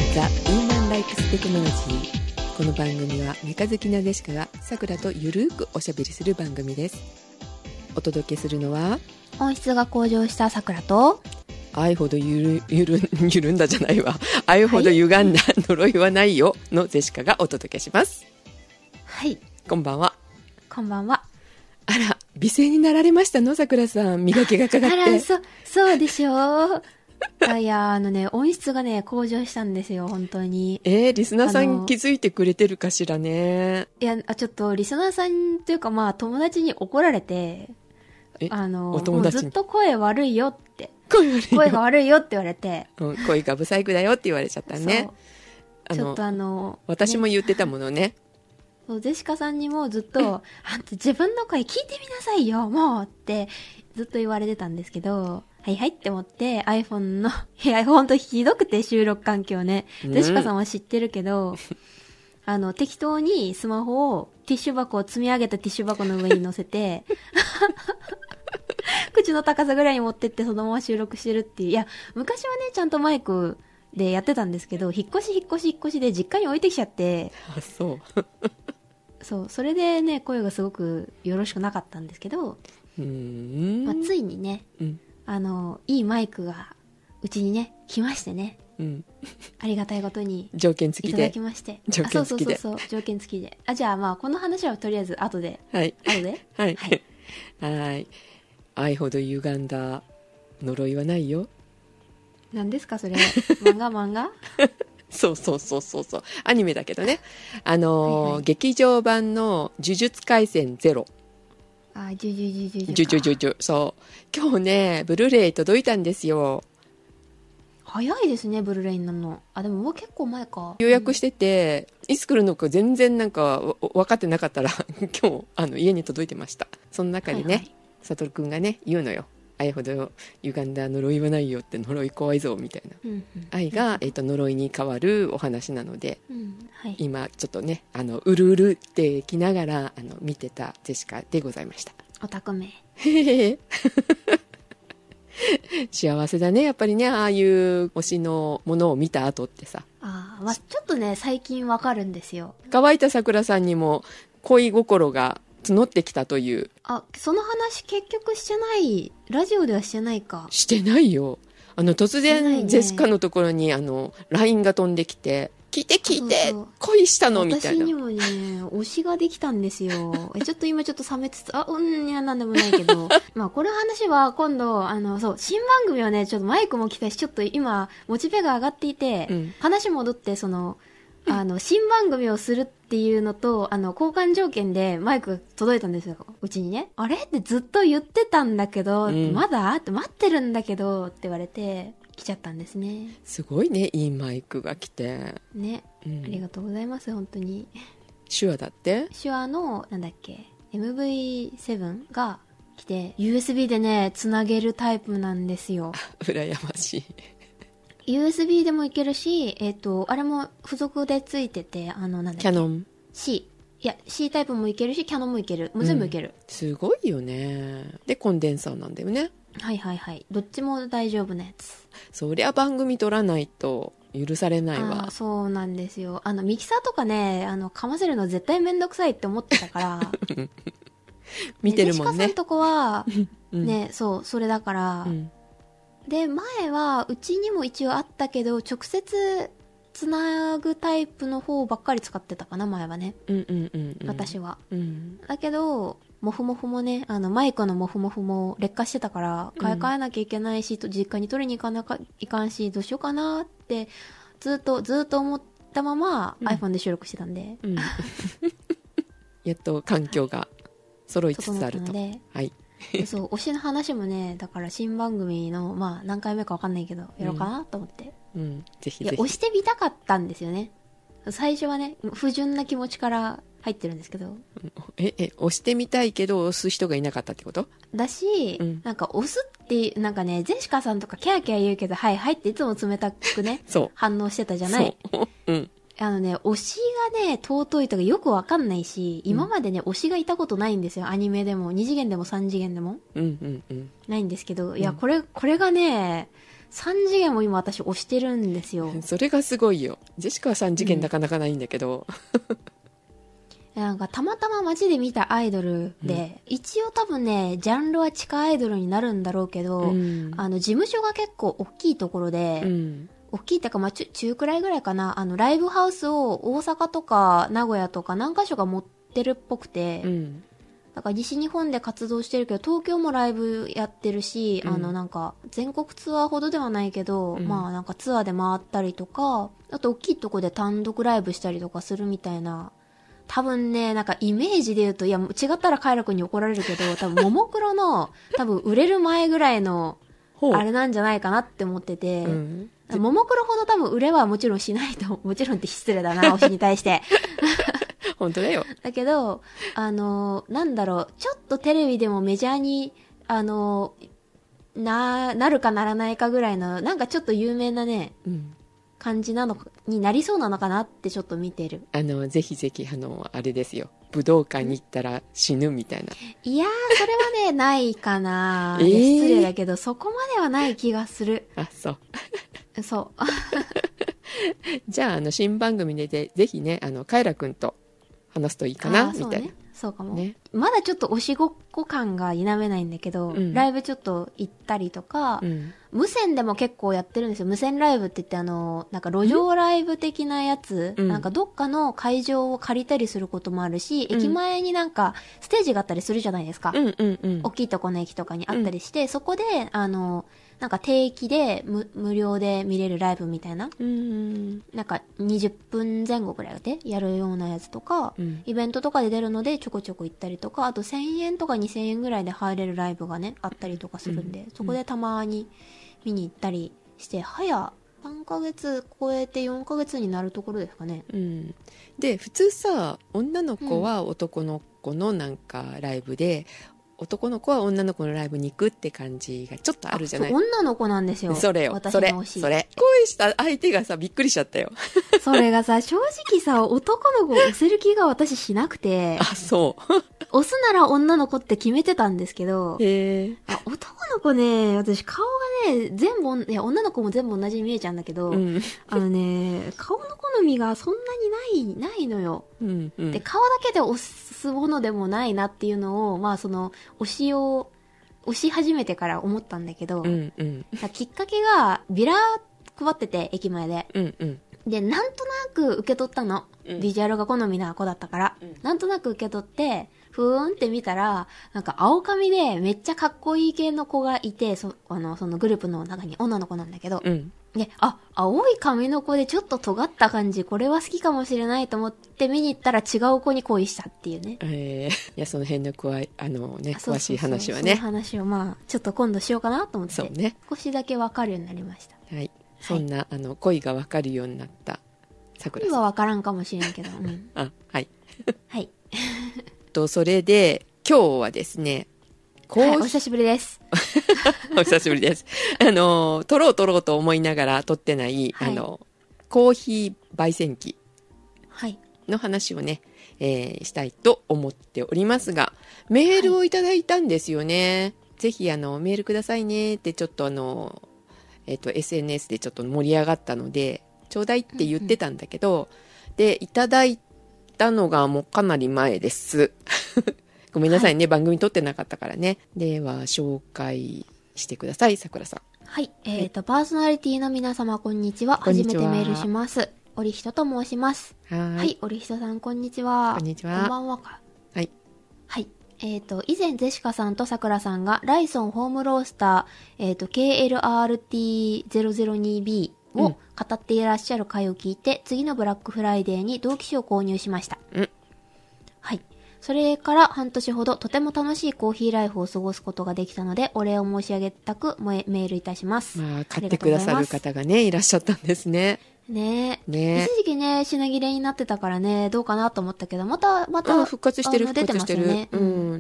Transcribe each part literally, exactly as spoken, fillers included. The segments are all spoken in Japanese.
ザ・ウーマン・ライクス・テクノロジー。この番組はメカ好きなデシカがさくらとゆるーくおしゃべりする番組です。お届けするのは音質が向上したさくらと愛ほどゆるゆる緩んだじゃないわ愛ほど歪んだ呪いはないよのデシカがお届けします。 はい、こんばんは。 こんばんは。 あら、美声になられましたの、さくらさん。磨きがかかって。 あら、そそうでしょう。いや、あのね、音質がね向上したんですよ、本当に。 えー、リスナーさん気づいてくれてるかしらね。 いや、ちょっとリスナーさんというか、まあ友達に怒られて、あのお友達もうずっと声悪いよって声悪いよ声が悪いよって言われて、 うん、声がブサイクだよって言われちゃったね。 あのちょっとあの私も言ってたものね。 そうジェシカさんにもずっとあんた自分の声聞いてみなさいよもうってずっと言われてたんですけど、はいはいって思って iPhone のいやほんとひどくて収録環境ね、ジェシカさんは知ってるけどあの適当にスマホをティッシュ箱を積み上げたティッシュ箱の上に乗せて口の高さぐらいに持ってってそのまま収録してるっていう。いや昔はねちゃんとマイクでやってたんですけど、引っ越し引っ越し引っ越しで実家に置いてきちゃって、 あ、そうそうそれでね声がすごくよろしくなかったんですけど、 うーん、 まあ、ついにね、うん、あのいいマイクがうちにね来ましてね、うん、ありがたいことに条件付きでいただきまして、 条件付きで、 あ、そうそうそうそう条件付きで、あ、じゃあまあこの話はとりあえず後で、 はい、 後ではい、はい、はい愛ほど歪んだ呪いはないよ。 何ですかそれ、漫画漫画そうそうそうそうそう、アニメだけどね、あのーはいはい、劇場版の呪術廻戦ゼロ、 あ、ジュジュジュジュジュジュジュジュ、そう今日ねブルーレイ届いたんですよ。 早いですねブルーレイなの。あ、でももう結構前か。 予約してて、うん、いつ来るのか全然なんか分かってなかったら今日あの家に届いてました。その中にね、はいはい、サトルくんがね言うのよ、愛ほど歪んだ呪いはないよって、呪い怖いぞみたいな、うんうん、愛が、えー、と呪いに変わるお話なので、うんはい、今ちょっとねあのうるうるってきながらあの見てたジェシカでございました。 オタク名幸せだねやっぱりね、ああいう推しのものを見た後ってさ。 あ、まあ、ちょっとね最近わかるんですよ。 乾いた桜さんにも恋心が募ってきたという。 あ、その話結局してない。ラジオではしてないか。 してないよ。あの突然、ね、ジェシカのところにあの ライン が飛んできて、聞いて聞いて、そうそう恋したのみたいな。 私にもね推しができたんですよ。えちょっと今ちょっと冷めつつ、あ、うんいやなんでもないけどまあこれ話は今度あのそう新番組はねちょっとマイクも来たし、ちょっと今モチベが上がっていて、うん、話戻ってそのあの新番組をするっていうのと、あの交換条件でマイクが届いたんですようちにね。あれってずっと言ってたんだけど、うん、まだって待ってるんだけどって言われて来ちゃったんですね。 すごいね、いいマイクが来てね、うん、ありがとうございます本当に。 手話だって、 手話のなんだっけ エムブイセブン が来て ユーエスビー でねつなげるタイプなんですよ。 羨ましい。 ユーエスビー でもいけるし、えっと、あれも付属でついてて、あの、なんだっけ。 キャノン C。いや、C タイプもいけるし、キャノンもいける。もう全部いける。うん、 すごいよね。で、コンデンサーなんだよね。 はいはいはい。どっちも大丈夫なやつ。 そりゃ番組撮らないと許されないわ。 あ、そうなんですよ。あの、ミキサーとかね、あの、かませるの絶対めんどくさいって思ってたから。 見てるもんね。 ジェシカさんとこは、ね、うん、そう、それだから、うんで前はうちにも一応あったけど直接つなぐタイプの方ばっかり使ってたかな前はね、うんうんうんうん、私は、うん、だけどモフモフもねあのマイクのモフモフも劣化してたから買い替えなきゃいけないし、うん、実家に取りに行かなきゃいかんしどうしようかなってずっとずっと思ったまま、うん、iPhone で収録してたんで、うん、 やっと環境が揃いつつあると、はいそう推しの話もねだから新番組のまあ何回目か分かんないけどやろうかなと思って、 うんうん、ぜひぜひ。 いや推してみたかったんですよね。最初はね不純な気持ちから入ってるんですけど、 ええ推してみたいけど推す人がいなかったってことだし、うん、なんか推すってなんかねジェシカさんとかキャーキャー言うけどはいはいっていつも冷たくね反応してたじゃない。そう、うん、あのね推しがね尊いとかよくわかんないし、今までね推しがいたことないんですよ。アニメでもに次元でもさん次元でも、うんうんうん、ないんですけど、いやこれこれがねさん次元も今私押してるんですよ。 それがすごいよ。ジェシカはさん次元なかなかないんだけど、 うん、なんかたまたま街で見たアイドルで、うん、一応多分ねジャンルは地下アイドルになるんだろうけど、うん、あの事務所が結構大きいところで、うん、大きいってか、まあ、中, 中くらいぐらいかな、あのライブハウスを大阪とか名古屋とか何か所か持ってるっぽくて、うん、だから西日本で活動してるけど東京もライブやってるし、うん、あのなんか全国ツアーほどではないけど、うん、まあなんかツアーで回ったりとか、あと大きいとこで単独ライブしたりとかするみたいな。多分ね、なんかイメージで言うと、いや違ったらカイラ君に怒られるけど、多分ももクロの多分売れる前ぐらいのあれなんじゃないかなって思ってて、うん、ももクロほど多分売れはもちろんしないと、もちろんって失礼だな、推しに対して。 本当だよ。 だけど、あの、なんだろう、ちょっとテレビでもメジャーに、あの、な、なるかならないかぐらいの、なんかちょっと有名なね、うん、感じなのになりそうなのかなってちょっと見てる。 あの、ぜひぜひ、あの、あれですよ。武道館に行ったら死ぬみたいな。 いやー、それはね、ないかな、えー、失礼だけど、そこまではない気がする。 あ、そう。 そう。 じゃあ、あの、新番組でぜひね、あの、カイラくんと話すといいかな、みたいな。 そうかも、ね、まだちょっと推しごっこ感が否めないんだけど、うん、ライブちょっと行ったりとか、うん、無線でも結構やってるんですよ。無線ライブって言って、あのなんか路上ライブ的なやつ、うん、なんかどっかの会場を借りたりすることもあるし、うん、駅前になんかステージがあったりするじゃないですか、うんうんうん、大きいとこの駅とかにあったりして、そこであのなんか定期で 無, 無料で見れるライブみたいな、うん、なんかにじゅっぷんぜん後ぐらいでやるようなやつとか、うん、イベントとかで出るのでちょこちょこ行ったりとか、あとせんえんとかにせんえんぐらいで入れるライブがねあったりとかするんで、うん、そこでたまに見に行ったりして、早さんかげつ超えてよんかげつになるところですかね、うん、 で普通さ女の子は男の子のなんかライブで、うん、男の子は女の子のライブに行くって感じがちょっとあるじゃない。 女の子なんですよ。 それよ、 私の推し。それ、それ。恋した相手がさ、びっくりしちゃったよ。 それがさ、正直さ、男の子を押せる気が私しなくて。 あ、そう。 押すなら女の子って決めてたんですけど、 へー。 あ、男の子ね、私顔がね、全部、いや、女の子も全部同じに見えちゃうんだけど、うん、あのね、顔の好みがそんなにない、ないのよ。うんうん、で、顔だけで押すものでもないなっていうのを、まあその、推しを、押し始めてから思ったんだけど、うんうん、きっかけが、ビラ配ってて、駅前で。うんうん、で、なんとなく受け取ったの。うん、ビジュアルが好みな子だったから、うん。なんとなく受け取って、ふーんって見たら、なんか青髪でめっちゃかっこいい系の子がいて、そ, あのそのグループの中に女の子なんだけど、うん、で、あ、青い髪の子でちょっと尖った感じ、これは好きかもしれないと思って見に行ったら違う子に恋したっていうね。 えー、いや、その辺の詳い、あのね、詳しい話はね。 その話をまあ、ちょっと今度しようかなと思って、そうね、少しだけわかるようになりました。 はい。そんな、はい、あの、恋がわかるようになった桜さん。 恋はわからんかもしれんけど、うん。 あ、はい。 はい。 と、それで、今日はですね、 はい、お久しぶりです。 お久しぶりです。あの、撮ろう撮ろうと思いながら撮ってない、はい、あの、コーヒー焙煎機の話をね、はい、えー、したいと思っておりますが、メールをいただいたんですよね。はい、ぜひ、あの、メールくださいねって、ちょっとあの、えっと、エスエヌエス でちょっと盛り上がったので、ちょうだいって言ってたんだけど、うんうん、で、いただいたのがもうかなり前です。ごめんなさいね、はい、番組撮ってなかったからね。では、紹介してください、さくらさん。 はい。えっと、パーソナリティの皆様、こんにちは。初めてメールします。おりひとと申します。はい。はい、おりひとさん、こんにちは。 こんにちは。 こんばんはか。 はい。 はい。えっと、以前、ゼシカさんとさくらさんが、ライソンホームロースター、えっと、ケーエルアールティーゼロゼロにビー を語っていらっしゃる回を聞いて、うん、次のブラックフライデーに同機種を購入しました。うん。はい。それから半年ほどとても楽しいコーヒーライフを過ごすことができたので、お礼を申し上げたくメールいたします。 まあ、買ってくださる方がね、いらっしゃったんですね。 ねえ。ねえ。一時期ね、品切れになってたからね、どうかなと思ったけど、また、また、 復活してる、復活してる。ね、うん。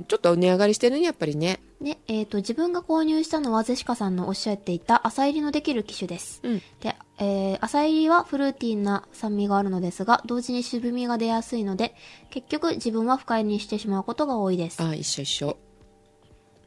ちょっと値上がりしてるね、やっぱりね。 ね、えっと、自分が購入したのは、ゼシカさんのおっしゃっていた、浅入りのできる機種です。うん。で、えー、浅入りはフルーティーな酸味があるのですが、同時に渋みが出やすいので、結局自分は深入りにしてしまうことが多いです。 ああ、一緒一緒。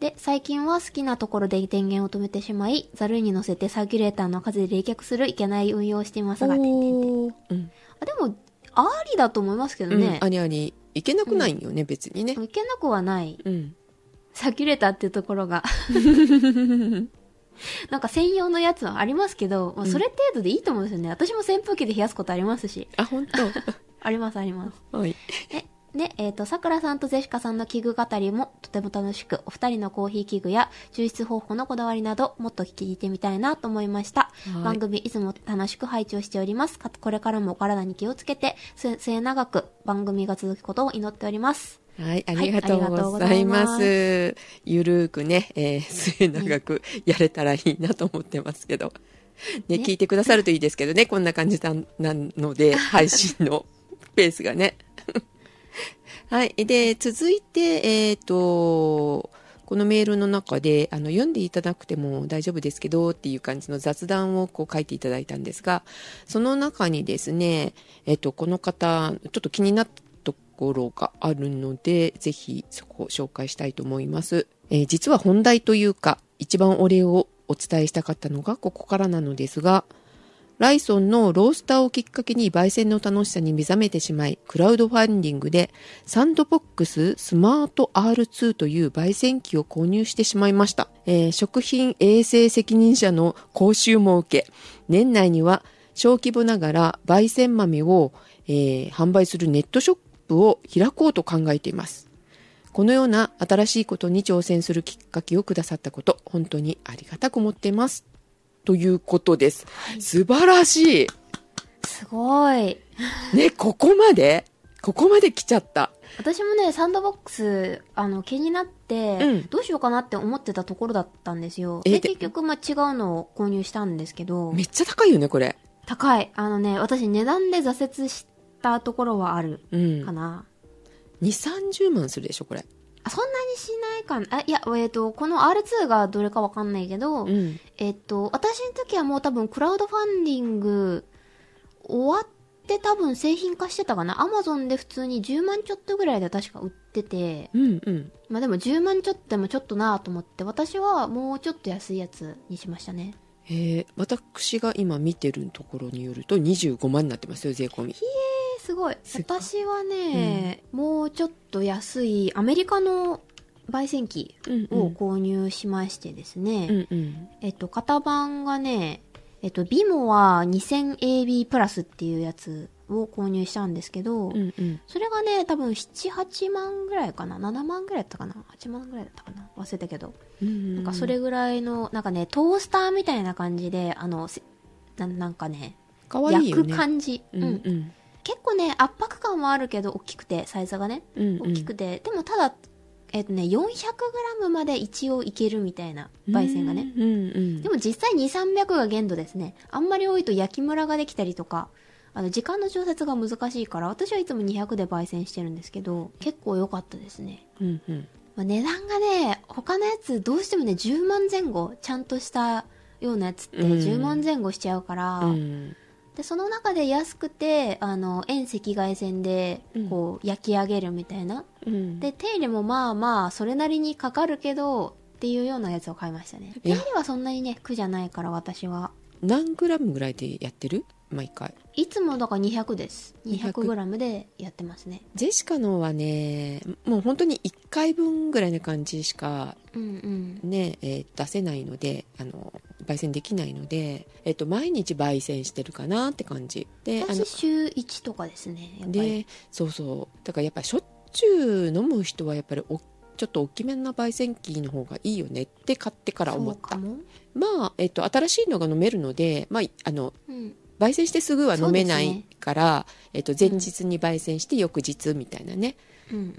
で、最近は好きなところで電源を止めてしまい、ザルに乗せてサーキュレーターの風で冷却するいけない運用をしていますが、てんてんてん、うん、あでも、ありだと思いますけどね。 うん、ありあり。いけなくないよね、うん、別にね。 いけなくはない。 うん、 サーキュレーターっていうところが。なんか専用のやつはありますけど、まあ、それ程度でいいと思うんですよね。うん、私も扇風機で冷やすことありますし。 あ、本当。 ありますあります。 はい。 えで、えっと、さくらさんとゼシカさんの器具語りもとても楽しく、お二人のコーヒー器具や抽出方法のこだわりなど、もっと聞いてみたいなと思いました。番組いつも楽しく拝聴しております。これからもお体に気をつけて、末永く番組が続くことを祈っております。 はい、ありがとうございます。はい、ゆるーくね、えー、末永くやれたらいいなと思ってますけど。ね、ね聞いてくださるといいですけどね、こんな感じなので、配信のペースがね。はい。で、続いて、えっと、このメールの中で、あの、読んでいただくても大丈夫ですけど、っていう感じの雑談をこう書いていただいたんですが、その中にですね、えっと、この方、ちょっと気になったところがあるので、ぜひそこを紹介したいと思います。えー、実は本題というか、一番お礼をお伝えしたかったのがここからなのですが、ライソンのロースターをきっかけに焙煎の楽しさに目覚めてしまい、クラウドファンディングでサンドボックススマート アールツー という焙煎機を購入してしまいました。えー、食品衛生責任者の講習も受け、年内には小規模ながら焙煎豆を、えー、販売するネットショップを開こうと考えています。このような新しいことに挑戦するきっかけをくださったこと、本当にありがたく思っています。ということです。はい、素晴らしい。 すごい。 ね、ここまでここまで来ちゃった。 私もね、サンドボックス、あの、気になって、うん、どうしようかなって思ってたところだったんですよ。で、結局、まあ、違うのを購入したんですけど。 めっちゃ高いよね、これ。 高い。あのね、私値段で挫折したところはあるかな。 うん、にじゅう、さんじゅうまんするでしょ、これ。 あ、そんなにしないかな。あ、いや、えっと、この アールツー がどれかわかんないけど、うん、えっと、私の時はもう多分クラウドファンディング終わって多分製品化してたかな。アマゾンで普通にじゅうまんちょっとぐらいで確か売ってて、 うんうん。 まあでもじゅうまんちょっとでもちょっとなと思って、私はもうちょっと安いやつにしましたね。 へえ、私が今見てるところによるとにじゅうごまんになってますよ、税込み。 ひえー、すごい。私はね、うん、もうちょっと安いアメリカの焙煎機を購入しましてですね、うんうん、えっと型番がね、えっとビモは にせんエービー プラスっていうやつを購入したんですけど、うんうん、それがね多分なな、はちまんぐらいかな、ななまんぐらいだったかな、はちまんぐらいだったかな、忘れたけど、うんうん、なんかそれぐらいのなんかねトースターみたいな感じで、あの な, なんかねかわいいよね、 焼く感じ、うんうん、結構ね圧迫感はあるけど大きくて、サイズがね、うんうん、大きくて、でもただえっとね、よんひゃくグラム まで一応いけるみたいな焙煎がね、うんうん、でも実際にせんさんびゃくが限度ですね。あんまり多いと焼きムラができたりとか、あの時間の調節が難しいから、私はいつもにひゃくで焙煎してるんですけど、結構良かったですね、うんうん、まあ、値段がね他のやつどうしてもねじゅうまんぜん後、ちゃんとしたようなやつってじゅうまんぜん後しちゃうから、うん、でその中で安くてあの遠赤外線でこう焼き上げるみたいな、うん、で手入れもまあまあそれなりにかかるけどっていうようなやつを買いましたね。手入れはそんなにね苦じゃないから、私は。 何グラムぐらいでやってる毎回？ いつもだからにひゃくです。にひゃくグラムでやってますね。 ジェシカのはねもう本当にいっかいぶんぐらいの感じしか、うんうんねえー、出せないので、あの焙煎できないので、えっと、毎日焙煎してるかなって感じで、 私週いちとかですね、やっぱり。でそうそうだからやっぱりしょっちゅう飲む人はやっぱりおちょっと大きめな焙煎機の方がいいよねって買ってから思った。まあ、えっと、新しいのが飲めるので、まあ、あの、うん、焙煎してすぐは飲めないから、ね、えっと、前日に焙煎して翌日みたいなね、うんうんうん、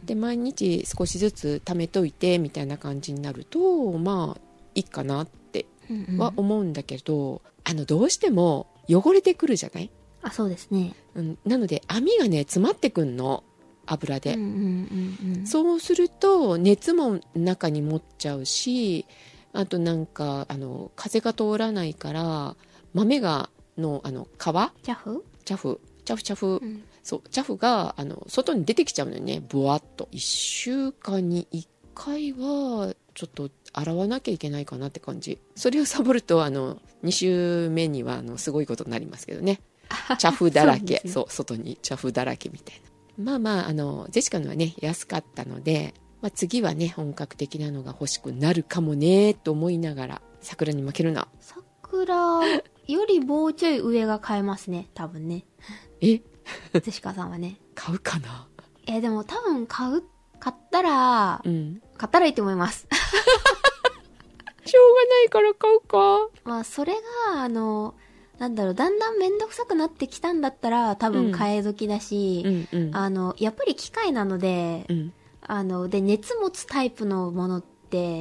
で毎日少しずつ貯めといてみたいな感じになると、まあいいかなっては思うんだけど、うんうん、あのどうしても汚れてくるじゃない？ あ、そうですね、 うん、なので網がね詰まってくんの、油で、うんうんうんうん、そうすると熱も中に持っちゃうし、あとなんかあの風が通らないから豆がのあの皮チャフチャフチャフチャフ、うん、そうチャフがあの外に出てきちゃうのよね、ブワッと。いっしゅうかんにいっ回はちょっと洗わなきゃいけないかなって感じ。それをサボるとあのに週目にはあのすごいことになりますけどね。茶フだらけ。 そう、そう外に茶フだらけみたいな。まあまああのジェシカのはね安かったので、まあ、次はね本格的なのが欲しくなるかもねと思いながら、桜に負けるな。 桜よりもうちょい上が買えますね多分ね。 えジェシカさんはね買うかな。 えーでも多分買う買ったら、 うん、 買ったらいいと思いますしょうがないから買うか。 まあそれがあのなんだろう、だんだんめんどくさくなってきたんだったら多分替え時だし、 うんうんうん、 あのやっぱり機械なので、うん、あので熱持つタイプのものって、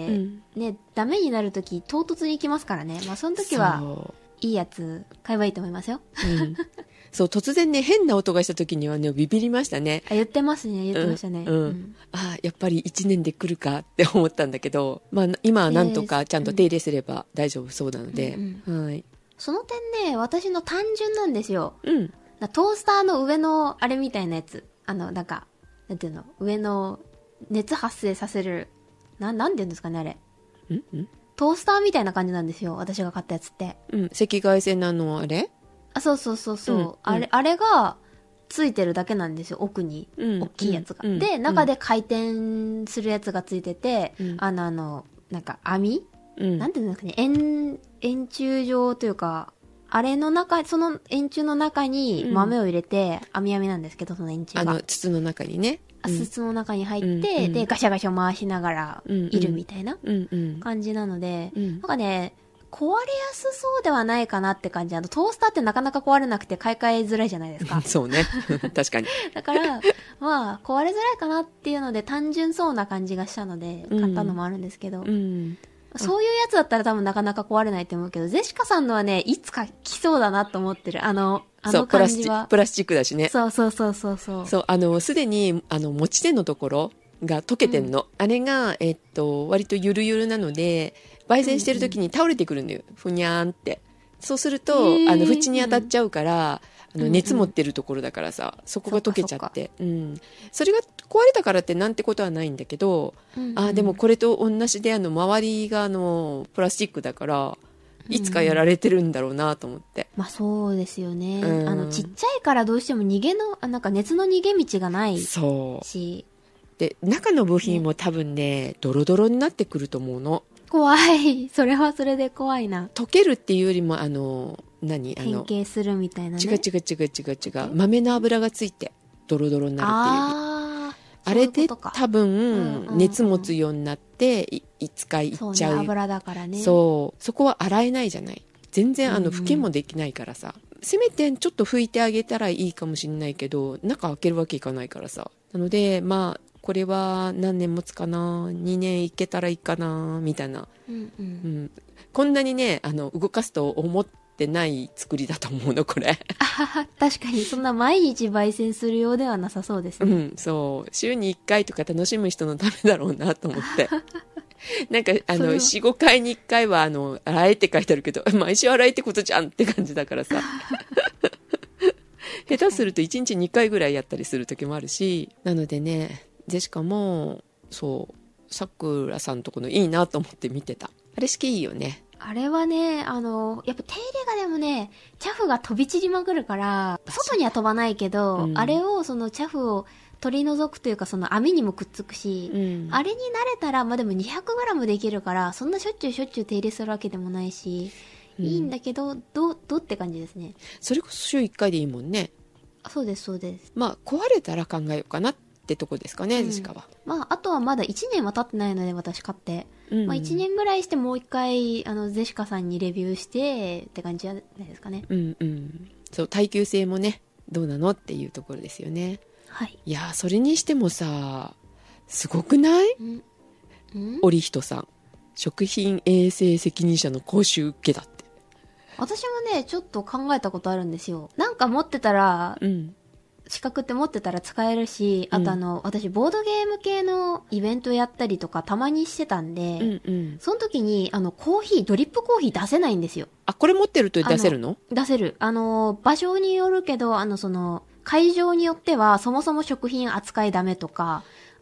うん、ねダメになるとき唐突にいきますからね。まあその時はいいやつ買えばいいと思いますよ、うん、 そう突然ね変な音がした時にはねビビりましたね。 あ言ってますね言ってましたね、 うんうんうん、あやっぱりいちねんで来るかって思ったんだけど、まあ、今はなんとかちゃんと手入れすれば大丈夫そうなので、うんうん、はい、 その点ね私の単純なんですよ、 うん、 トースターの上のあれみたいなやつ、あのなんかなんていうの、上の熱発生させるな、なんていうんですかねあれ、 んんトースターみたいな感じなんですよ私が買ったやつって、 うん、赤外線のあのあれ、 あそうそうそうそう、うん、あれあれがついてるだけなんですよ奥に、うん、大きいやつが、うん、で中で回転するやつがついてて、うん、あのあのなんか網、うん、なんていうんですかね、円円柱状というかあれの中、その円柱の中に豆を入れて、網網なんですけど、その円柱が。 あの、筒の中にね。 うん、筒の中に入って、うんうん、で、ガシャガシャ回しながらいるみたいな感じなので、うんうん、なんかね、壊れやすそうではないかなって感じ。あの、トースターってなかなか壊れなくて買い替えづらいじゃないですか。 そうね。確かに。 だから、まあ、壊れづらいかなっていうので、単純そうな感じがしたので、買ったのもあるんですけど、うんうんそういうやつだったら多分なかなか壊れないと思うけど、ゼシカさんのはね、いつか来そうだなと思ってる。あの、あの感じは。 プラスチックだしね。 そうそうそうそうそう。 そう、あの、すでに、あの、持ち手のところが溶けてんの。うん、あれが、えっと、割とゆるゆるなので、焙煎してる時に倒れてくるんだよ。うんうん、ふにゃーんって。そうすると、あの、縁に当たっちゃうから、あの熱持ってるところだからさ、うんうん、そこが溶けちゃって、そ, うん、それが壊れたからってなんてことはないんだけど、うんうん、あでもこれと同じであの周りがあのプラスチックだからいつかやられてるんだろうなと思って、 うん、まあそうですよね、うん、あのちっちゃいからどうしても逃げのなんか熱の逃げ道がないし、 そうで中の部品も多分ね、ねドロドロになってくると思うの。 怖い、それはそれで怖いな。 溶けるっていうよりもあの何あの変形するみたいなね。 違う違う違う違う違う、豆の油がついてドロドロになるっていうああれで多分熱持つようになっていいつかいっちゃう。 そうね、油だからね。 そうそこは洗えないじゃない。全然あの拭きもできないからさ、うんうん、せめてちょっと拭いてあげたらいいかもしれないけど中開けるわけいかないからさ。なのでまあこれは何年持つかな、にねんいけたらいいかなみたいな、うんうんうん、こんなにねあの動かすと思ってない作りだと思うのこれ。 あ確かにそんな毎日焙煎するようではなさそうですね、 うん、そう週にいっかいとか楽しむ人のためだろうなと思ってなんかあの よん,ご 回にいっかいはあの洗えって書いてあるけど毎週洗えってことじゃんって感じだからさ下手するといちにちにかいぐらいやったりする時もあるし、なのでねジェシカもそうさくらさんとこのいいなと思って見てた。あれ式いいよね。 あれはね、あのやっぱ手入れがでもねチャフが飛び散りまくるから外には飛ばないけど、うん、あれをそのチャフを取り除くというかその網にもくっつくし、うん、あれに慣れたらまあでも にひゃくグラム できるからそんなしょっちゅうしょっちゅう手入れするわけでもないし、うん、いいんだけどどうどうって感じですね。 それこそ週いっかいでいいもんね。 そうですそうです。 まあ壊れたら考えようかなってとこですかね、ジェシカは。 まああとはまだいちねんは経ってないので私買って、うんまあ、いちねんぐらいしてもう一回あのジェシカさんにレビューしてって感じじゃないですかね。 うんうんそう耐久性もねどうなのっていうところですよね。 はい。 いやそれにしてもさすごくない？うんうん、オリヒトさん食品衛生責任者の講習受けだって。 私もねちょっと考えたことあるんですよ。なんか持ってたら、うん、資格って持ってたら使えるし、あとあの、うん、私ボードゲーム系のイベントやったりとかたまにしてたんで、うんうん、その時にあのコーヒードリップコーヒー出せないんですよ。 あこれ持ってると出せるの？ 出せる。あの場所によるけどあのその会場によってはそもそも食品扱いダメとか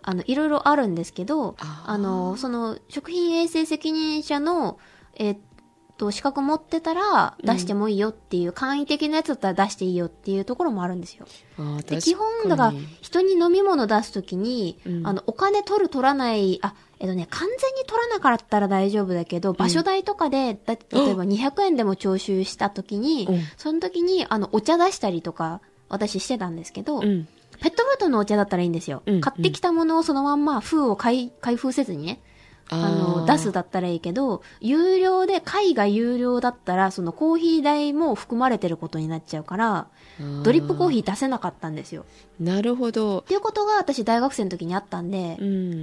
あのいろいろあるんですけど、 ああのその食品衛生責任者のえーっと資格持ってたら出してもいいよっていう、うん、簡易的なやつだったら出していいよっていうところもあるんですよ。 あで基本だから人に飲み物出すときに、うん、あのお金取る取らないあえっとね完全に取らなかったら大丈夫だけど、場所代とかでだ例えばにひゃくえんでも徴収したときに、うん、その時にあのお茶出したりとか私してたんですけど、うん、ペットボトルのお茶だったらいいんですよ、うん、買ってきたものをそのまんま封を開開封せずにね、あの出すだったらいいけど、有料で貝が有料だったらそのコーヒー代も含まれてることになっちゃうからドリップコーヒー出せなかったんですよ。 なるほど。 っていうことが私大学生の時にあったんで、 うん、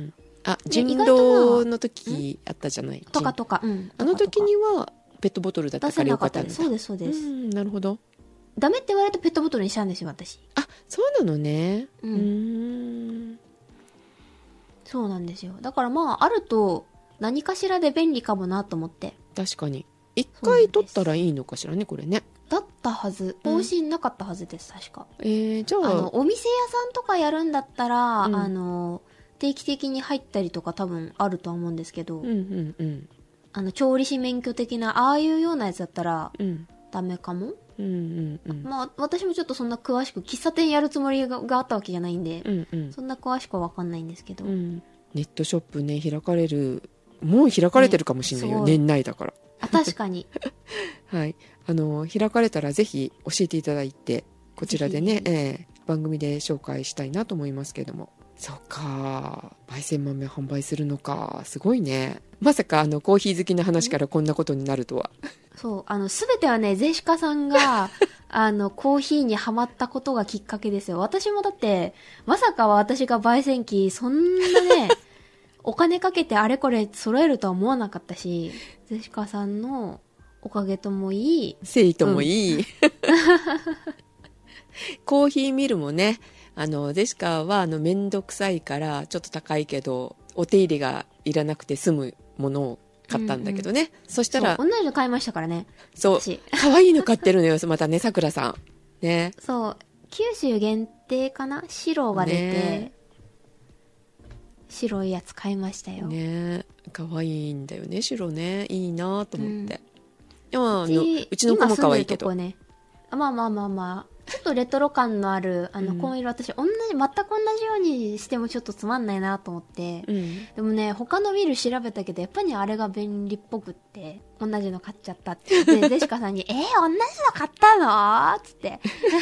あ人狼の時あったじゃないとかとか、うん、 あの時にはペットボトルだったからよかったんだ。 そうですそうです、うん、 なるほど。 ダメって言われてペットボトルにしたんですよ私。 あそうなのね。 うん、うーんそうなんですよ。だからまああると何かしらで便利かもなと思って。 確かに一回取ったらいいのかしらねこれね。 だったはず。方針なかったはずです、うん、確か。 えー、じゃああのお店屋さんとかやるんだったら、うん、あの定期的に入ったりとか多分あるとは思うんですけど、 うんうんうん、 あの調理師免許的なああいうようなやつだったら、うん、ダメかも。 うんうんうん、 まあ私もちょっとそんな詳しく喫茶店やるつもり が, があったわけじゃないんで、うんうん、そんな詳しくは分かんないんですけど、うん、 ネットショップね開かれるもう開かれてるかもしれないよ、ね、年内だから。 あ確かにはいあの開かれたらぜひ教えていただいてこちらでね、えー、番組で紹介したいなと思いますけれども。そうか焙煎豆販売するのかすごいね。まさかあのコーヒー好きな話からこんなことになるとは。 そうあの全てはねゼシカさんがあのコーヒーにハマったことがきっかけですよ。私もだってまさか私が焙煎機そんなねお金かけてあれこれ揃えるとは思わなかったし、ゼシカさんのおかげともいい誠意ともいい、うん、コーヒーミルもねあのゼシカはあのめんどくさいからちょっと高いけどお手入れがいらなくて済むものを買ったんだけどね、うんうん、そしたら同じの買いましたからね。 そう可愛いの買ってるのよまたねさくらさんね。 そう九州限定かな白が出て、ね、白いやつ買いましたよね。可愛いんだよね白ね。いいなと思って、うん、あのうちの子も可愛いけど、 ね、まあまあまあまあちょっとレトロ感のあるあの紺色、うん、私同じ全く同じようにしてもちょっとつまんないなと思って、うん、でもね他のビル調べたけどやっぱりあれが便利っぽくって同じの買っちゃったってでゼシカさんに「えー、同じの買ったの?」っつって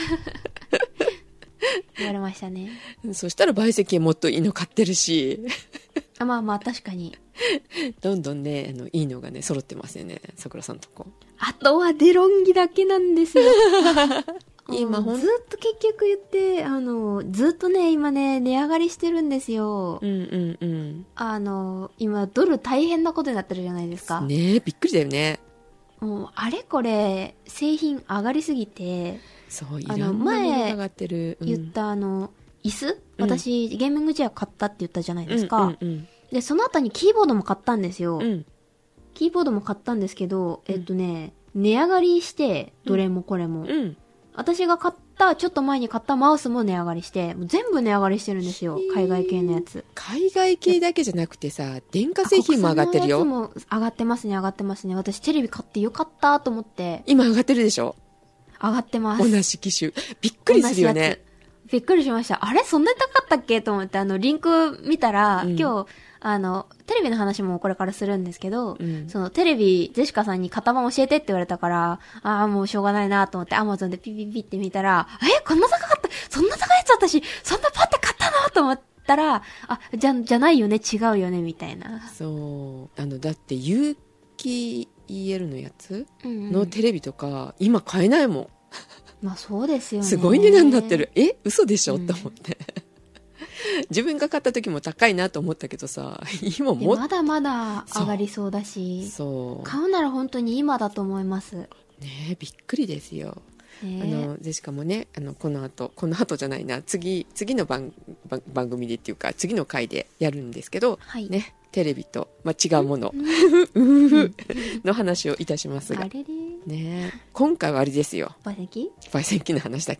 言われましたね。 そしたら焙煎機もっといいの買ってるしあまあまあ確かにどんどんねあのいいのがね揃ってますよねさくらさんとこ。 あとはデロンギだけなんですよ今ずっと結局言ってあのずっとね今ね値上がりしてるんですよ、うんうんうん、あの今ドル大変なことになってるじゃないですかね。びっくりだよね。 もうあれこれ製品上がりすぎて、 そういろんなものが上がってる、 うん、言ったあの椅子、私、うん、ゲーミングチェア買ったって言ったじゃないですか、うんうんうん、でその後にキーボードも買ったんですよ、うん、キーボードも買ったんですけど、えっとね、うん、値上がりしてどれもこれも、うん、私が買ったちょっと前に買ったマウスも値上がりしてもう全部値上がりしてるんですよ。海外系のやつ。 海外系だけじゃなくてさ電化製品も上がってるよ。 国産のやつも上がってますね上がってますね。私テレビ買ってよかったと思って。 今上がってるでしょ。 上がってます。 同じ機種びっくりするよね。 びっくりしました。あれそんなに高かったっけと思ってあのリンク見たら、うん、今日あのテレビの話もこれからするんですけど、うん、そのテレビジェシカさんに型番教えてって言われたからああもうしょうがないなと思ってアマゾンでピピピって見たらえこんな高かったそんな高いやつ私そんなパって買ったのと思ったらあじゃじゃないよね違うよねみたいな。 そうあのだって有機 イーエル のやつのテレビとか、うんうん、今買えないもん。 まあそうですよね。 すごい値段になってる。え嘘でしょ、うん、と思って自分が買った時も高いなと思ったけどさ今もまだまだ上がりそうだしそう買うなら本当に今だと思いますね。 えびっくりですよ。あのジェシカもねあのこの後この後じゃないな次次の 番, 番, 番組でっていうか次の回でやるんですけど、はい、ねテレビと、まあ、違うものの話をいたしますが、あれれね今回はあれですよ。 焙煎機？ 焙煎機の話だけ。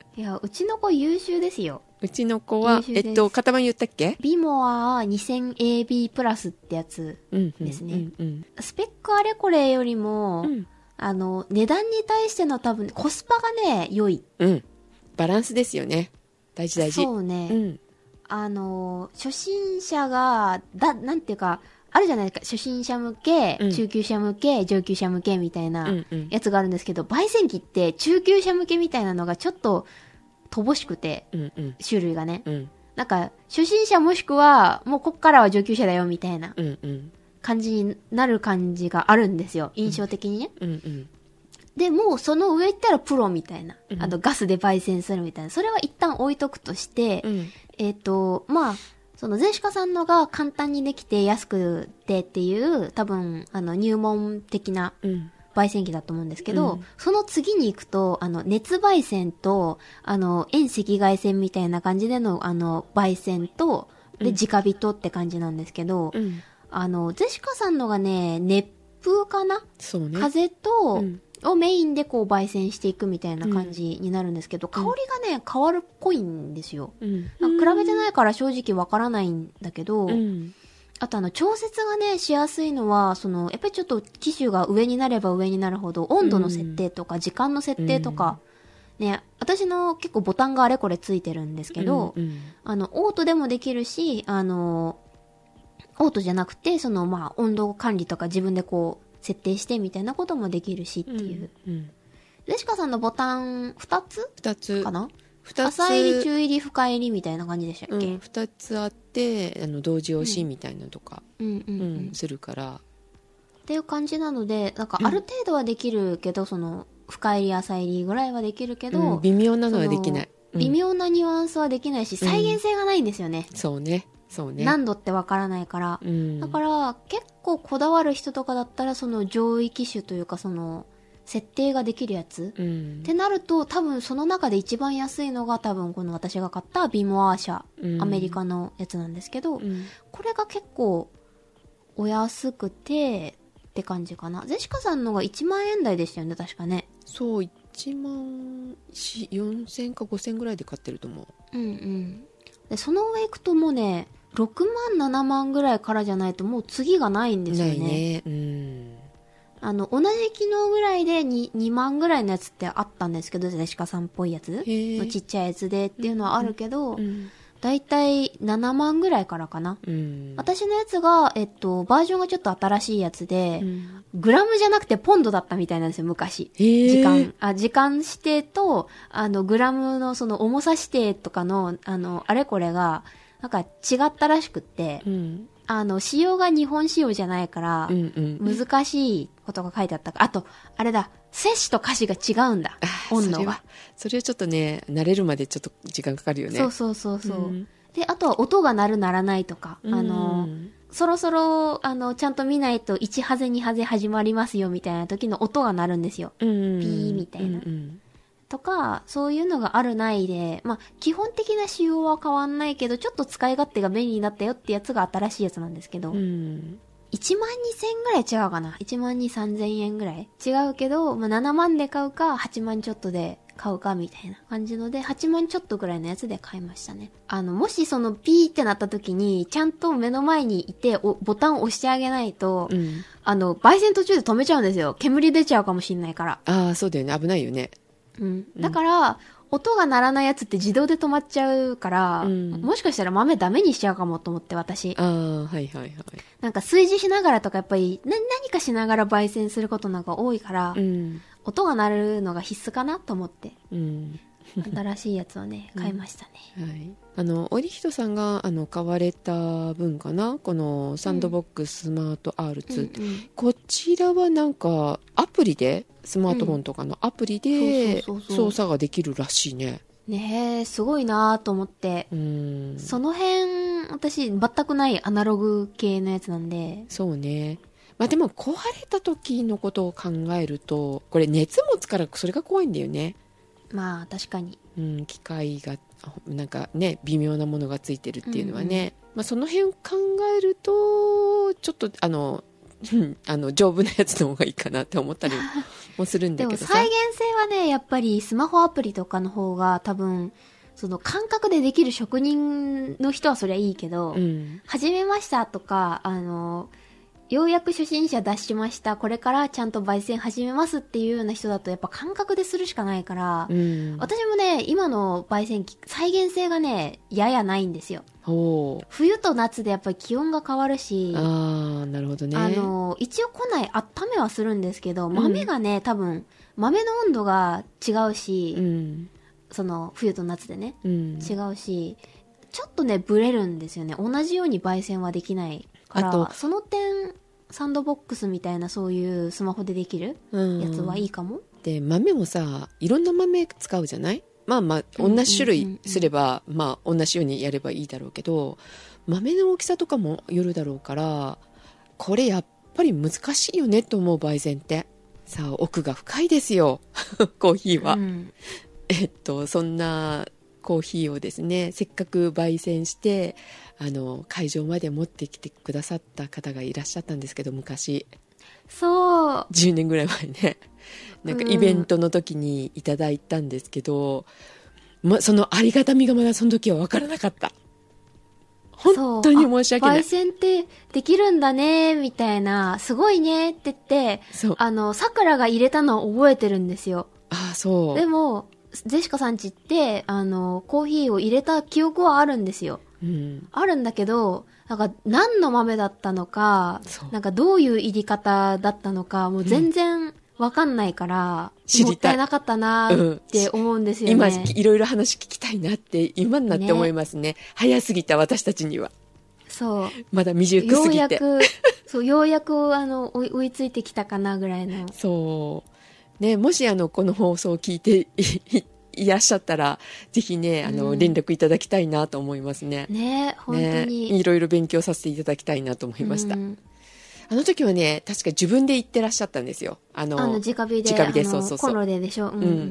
いや、うちの子優秀ですよ。 うちの子はえっと型番言ったっけ？ ビモア にせんエービー プラスってやつですね、うんうんうんうん、スペックあれこれよりも、うん、あの値段に対しての多分コスパがね良い、 うん、バランスですよね。大事大事。 そうね、うん、あの初心者がだなんていうかあるじゃないですか、初心者向け、うん、中級者向け、上級者向けみたいなやつがあるんですけど、うんうん、焙煎機って中級者向けみたいなのがちょっと乏しくて、うんうん、種類がね、うん、なんか初心者もしくはもうこっからは上級者だよみたいな感じになる感じがあるんですよ、印象的にね、うんうんうん、でもうその上行ったらプロみたいな、うん、あとガスで焙煎するみたいな、それは一旦置いとくとして、うん、えっとまあそのゼシカさんのが簡単にできて安くてっていう多分あの入門的な焙煎機だと思うんですけど、うん、その次に行くとあの熱焙煎とあの遠赤外線みたいな感じでのあの焙煎とで直火とって感じなんですけど、うん、あのゼシカさんのがね熱風かな、そうね、風と、うんをメインでこう焙煎していくみたいな感じになるんですけど、うん、香りがね変わるっぽいんですよ、うん、比べてないから正直わからないんだけど、うん、あとあの調節がねしやすいのはそのやっぱりちょっと機種が上になれば上になるほど温度の設定とか時間の設定とか、うん、ね、私の結構ボタンがあれこれついてるんですけど、うんうん、あのオートでもできるし、あのオートじゃなくてそのまあ温度管理とか自分でこう設定してみたいなこともできるしっていう。うんうん、ゼシカさんのボタンふたつふたつかな、 ふたつ浅入り、中入り、深入りみたいな感じでしたっけ、うん、 ふたつあって、あの同時押しみたいなのとか、うんうんうんうん、するから。 っていう感じなので、なんかある程度はできるけど、うん、その、深入り、浅入りぐらいはできるけど、 うん、微妙なのはできない。 うん、微妙なニュアンスはできないし、再現性がないんですよね。 うん、そうね。そうね、 何度ってわからないから、うん、だから結構こだわる人とかだったらその上位機種というかその設定ができるやつ、うん、ってなると多分その中で一番安いのが多分この私が買ったビモアー社、うん、アメリカのやつなんですけど、うん、これが結構お安くてって感じかな。ゼシカさんのがいちまんえん台でしたよね確かね。 そう、いちまんよんせんかごせんぐらいで買ってると思う。うんうん。 でその上行くともうねろくまんななまんぐらいからじゃないともう次がないんですよね。ないね。うん。あの同じ機能ぐらいで 2, にまんぐらいのやつってあったんですけど、ゼシカさんっぽいやつのちっちゃいやつでっていうのはあるけど、うんうん、だいたいななまんぐらいからかな、うん、私のやつが、えっと、バージョンがちょっと新しいやつで、うん、グラムじゃなくてポンドだったみたいなんですよ昔。時間あ時間指定とあのグラムのその重さ指定とかのあのあれこれがなんか違ったらしくって、うん、あの仕様が日本仕様じゃないから、うんうん、難しいことが書いてあったか。あとあれだ、摂氏と歌詞が違うんだ、温度が。 それはちょっとね慣れるまでちょっと時間かかるよね。 そうそうそうそう、うん、であとは音が鳴る鳴らないとか、うん、あのそろそろあのちゃんと見ないといちハゼにハゼ始まりますよみたいな時の音が鳴るんですよ、うん、ピーみたいな、うんうんとか、そういうのがあるないで、まあ、基本的な仕様は変わんないけど、ちょっと使い勝手が便利になったよってやつが新しいやつなんですけど、うん、いちまんにせんぐらい違うかな ?いちまんにせんさんぜんえんぐらい違うけど、まあ、ななまんで買うか、はちまんちょっとで買うかみたいな感じので、はちまんちょっとぐらいのやつで買いましたね。あの、もしそのピーってなった時に、ちゃんと目の前にいて、おボタンを押してあげないと、うん、あの、焙煎途中で止めちゃうんですよ。煙出ちゃうかもしんないから。 ああ、そうだよね。危ないよね。 うん、だから、うん、音が鳴らないやつって自動で止まっちゃうから、うん、もしかしたら豆ダメにしちゃうかもと思って私。 ああ、はいはいはい。 なんか炊事しながらとかやっぱりな何かしながら焙煎することなんか多いから、うん、音が鳴るのが必須かなと思って、うん、新しいやつをね買いましたね。 うん、はい。あのオリヒトさんがあの買われた分かな、このサンドボックススマート アールツー、うんうんうん、こちらはなんかアプリでスマートフォンとかのアプリで操作ができるらしいね。 ねえ、すごいなと思って。うん、その辺私全くないアナログ系のやつなんで。 そうね。まあでも壊れた時のことを考えると、これ熱持つからそれが怖いんだよね。 まあ確かに、 うん、機械がなんかね微妙なものがついてるっていうのはね、うんうん、まあ、その辺を考えるとちょっとあのあの丈夫なやつの方がいいかなって思ったりもするんだけどさ。 でも再現性はね、やっぱりスマホアプリとかの方が多分、その感覚でできる職人の人はそりゃいいけど、うん、始めましたとか、あの、ようやく初心者出しました、これからちゃんと焙煎始めますっていうような人だとやっぱ感覚でするしかないから、うん、私もね、今の焙煎機、再現性がね、ややないんですよ。冬と夏でやっぱり気温が変わるし、 あー、なるほどね。 あの、一応庫内温めはするんですけど、豆がね、うん、多分、豆の温度が違うし、うん、その、冬と夏でね、うん、違うし、ちょっとね、ブレるんですよね。同じように焙煎はできないから、あとその点、サンドボックスみたいなそういうスマホでできるやつはいいかも。うん、 で、豆もさ、いろんな豆使うじゃない？まあまあ、同じ種類すれば、うんうんうんうん、まあ、同じようにやればいいだろうけど、豆の大きさとかもよるだろうから、これやっぱり難しいよねと思う、焙煎って。さあ、奥が深いですよ、コーヒーは。うん、えっと、そんなコーヒーをですね、せっかく焙煎して、あの、会場まで持ってきてくださった方がいらっしゃったんですけど、昔。 そう。 じゅうねんぐらい前ね。なんかイベントの時にいただいたんですけど、うん、ま、そのありがたみがまだその時は分からなかった。本当に申し訳ない。 焙煎ってできるんだねみたいな、すごいねって言って、あの桜が入れたのを覚えてるんですよ。 ああ、そう。 でもゼシカさんちってあのコーヒーを入れた記憶はあるんですよ。うん、あるんだけど、なんか何の豆だったのか、なんかどういう入り方だったのか、もう全然わかんないから、うん、もったいなかったなって思うんですよね。 うん、今いろいろ話聞きたいなって今になって思いますね。ね、早すぎた私たちには。 そう。 まだ未熟すぎて。 ようやく、そう、ようやくあの追い、追いついてきたかなぐらいの。 そう。ね、もしあの、この放送を聞いてい、いらっしゃったら、ぜひね、あの、うん、連絡いただきたいなと思いますね。 ね、本当に。 ね、いろいろ勉強させていただきたいなと思いました。うん、あの時はね、確か自分で行ってらっしゃったんですよ。あの、 あの直火で、 直火で、そうそうそう。 コンロででしょ。うん、うん、うん。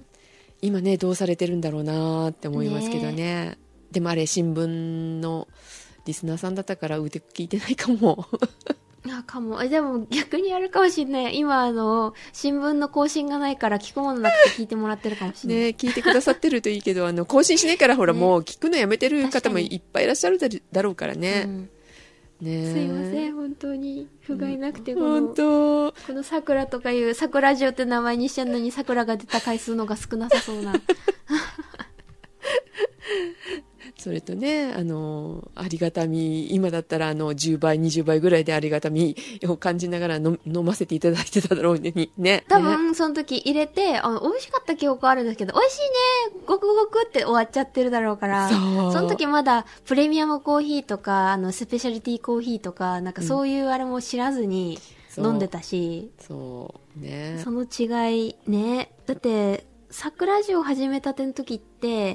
今ね、どうされてるんだろうなって思いますけどね。ね、でもあれ、新聞のリスナーさんだったから、うて聞いてないかも。 あ、かも。え、でも逆にあるかもしれない。今、あの、新聞の更新がないから聞くものなくて聞いてもらってるかもしれない。 ね、聞いてくださってるといいけど、あの、更新しないから、ほら、ね、もう聞くのやめてる方もいっぱいいらっしゃるだろうからね。うん、 ね、すいません、本当に。不甲斐なくて、 この、本当。 この桜とかいう、桜ジオって名前にしてんのに桜が出た回数のが少なさそうな。 それとね、あの、ありがたみ、今だったらあの、じゅうばい、にじゅうばいぐらいでありがたみを感じながらの飲ませていただいてただろうにね。 多分、ね、その時入れて、あの、美味しかった記憶あるんですけど、美味しいね、ごくごくって終わっちゃってるだろうから、そ, その時まだプレミアムコーヒーとか、あの、スペシャリティコーヒーとか、なんかそういうあれも知らずに飲んでたし、 うん、そう、ね。 その違い、ね。だって、桜ジオ始めたての時って、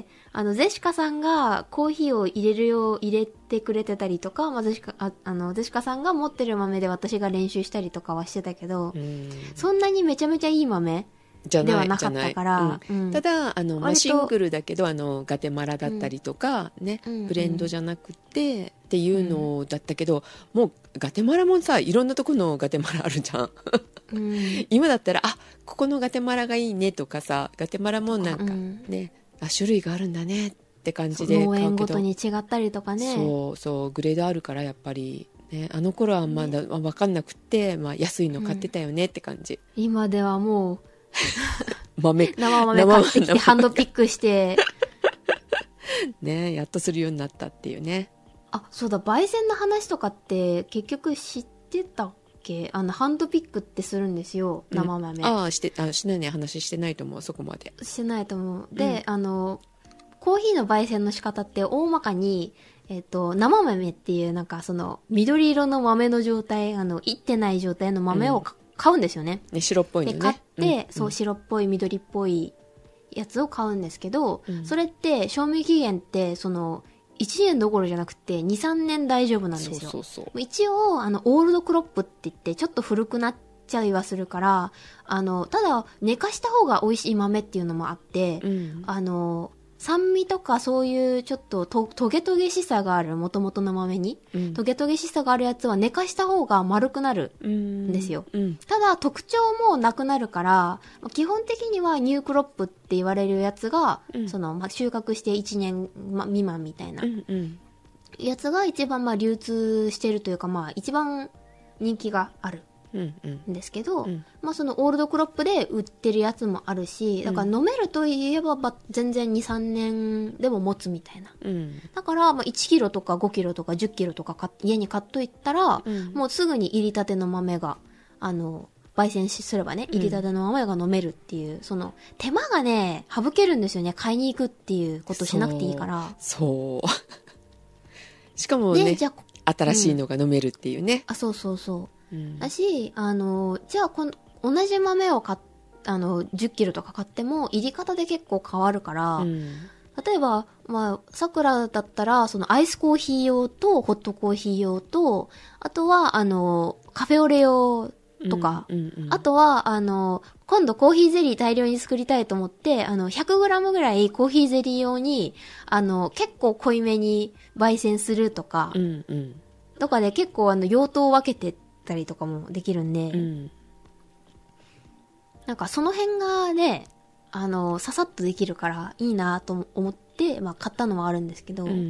あの、ゼシカさんがコーヒーを入れるよう入れてくれてたりとか、まあ、ゼシカ、あ、あの、ゼシカさんが持ってる豆で私が練習したりとかはしてたけど、そんなにめちゃめちゃいい豆ではなかったから、 うんうん、ただ、あの、まあ、シングルだけど、あの、ガテマラだったりとか、うん、ね、ブレンドじゃなくて、っていうのだったけど、もうガテマラもさ、いろんなとこのガテマラあるじゃん。うん、今だったら、あ、ここのガテマラがいいねとかさ、ガテマラもなんかね、うん、あ、種類があるんだねって感じで買うけど、 農園ごとに違ったりとかね。 そうそう、グレードあるからやっぱり、ね、あの頃はまだ分かんなくて、まあ、安いの買ってたよねって感じ。 うん、今ではもう、 豆生豆買ってきてハンドピックして、 ね、やっとするようになったっていうね。 あ、そうだ、焙煎の話とかって結局知ってたっけ？あの、ハンドピックってするんですよ、生豆。うん、 ああ、して、あ、しないね、話してないと思う、そこまで。 してないと思う。で、うん、あの、コーヒーの焙煎の仕方って大まかに、えっと、生豆っていうなんかその、緑色の豆の状態、あの、いってない状態の豆を、うん、買うんですよね。 ね、白っぽいのね。 で、買って、 うん、 そう、白っぽい、緑っぽいやつを買うんですけど、うん、それって、賞味期限って、その、いちねんどころじゃなくてに、さんねん大丈夫なんですよ。 そうそうそう。 一応、あの、オールドクロップって言って、ちょっと古くなっちゃいはするから、あの、ただ、寝かした方が美味しい豆っていうのもあって、うん、あの、 酸味とかそういうちょっととトゲトゲしさがある元々の豆に、うん、トゲトゲしさがあるやつは寝かした方が丸くなるんですよ、うん、ただ特徴もなくなるから基本的にはニュークロップって言われるやつが、うん、そのまあ、収穫していちねん未満みたいなやつが一番まあ流通してるというか、まあ、一番人気があるんですけど、うんうん、まあそのオールドクロップで売ってるやつもあるし、だから飲めるといえば全然にさんねんでも持つみたいな、うん、だからまあいちキロとかごキロとかじゅっキロとか家に買っといたら、うん、もうすぐに入りたての豆があの焙煎すればね入りたての豆が飲めるっていう、うん、その手間がね省けるんですよね。買いに行くっていうことしなくていいから。そう、 しかもね新しいのが飲めるっていうね、うん、 あそうそうそううん、だし、あの、じゃあこの、同じ豆を買っ、あの、じゅっキロとか買っても、入り方で結構変わるから、うん、例えば、まあ、桜だったら、そのアイスコーヒー用と、ホットコーヒー用と、あとは、あの、カフェオレ用とか、うんうんうん、あとは、あの、今度コーヒーゼリー大量に作りたいと思って、あの、ひゃくグラムぐらいコーヒーゼリー用に、あの、結構濃いめに焙煎するとか、うんうん、とかで結構あの、用途を分けて、たりとかもできるんで、うん、なんかその辺がねあのささっとできるからいいなと思って、まあ、買ったのはあるんですけど、うん、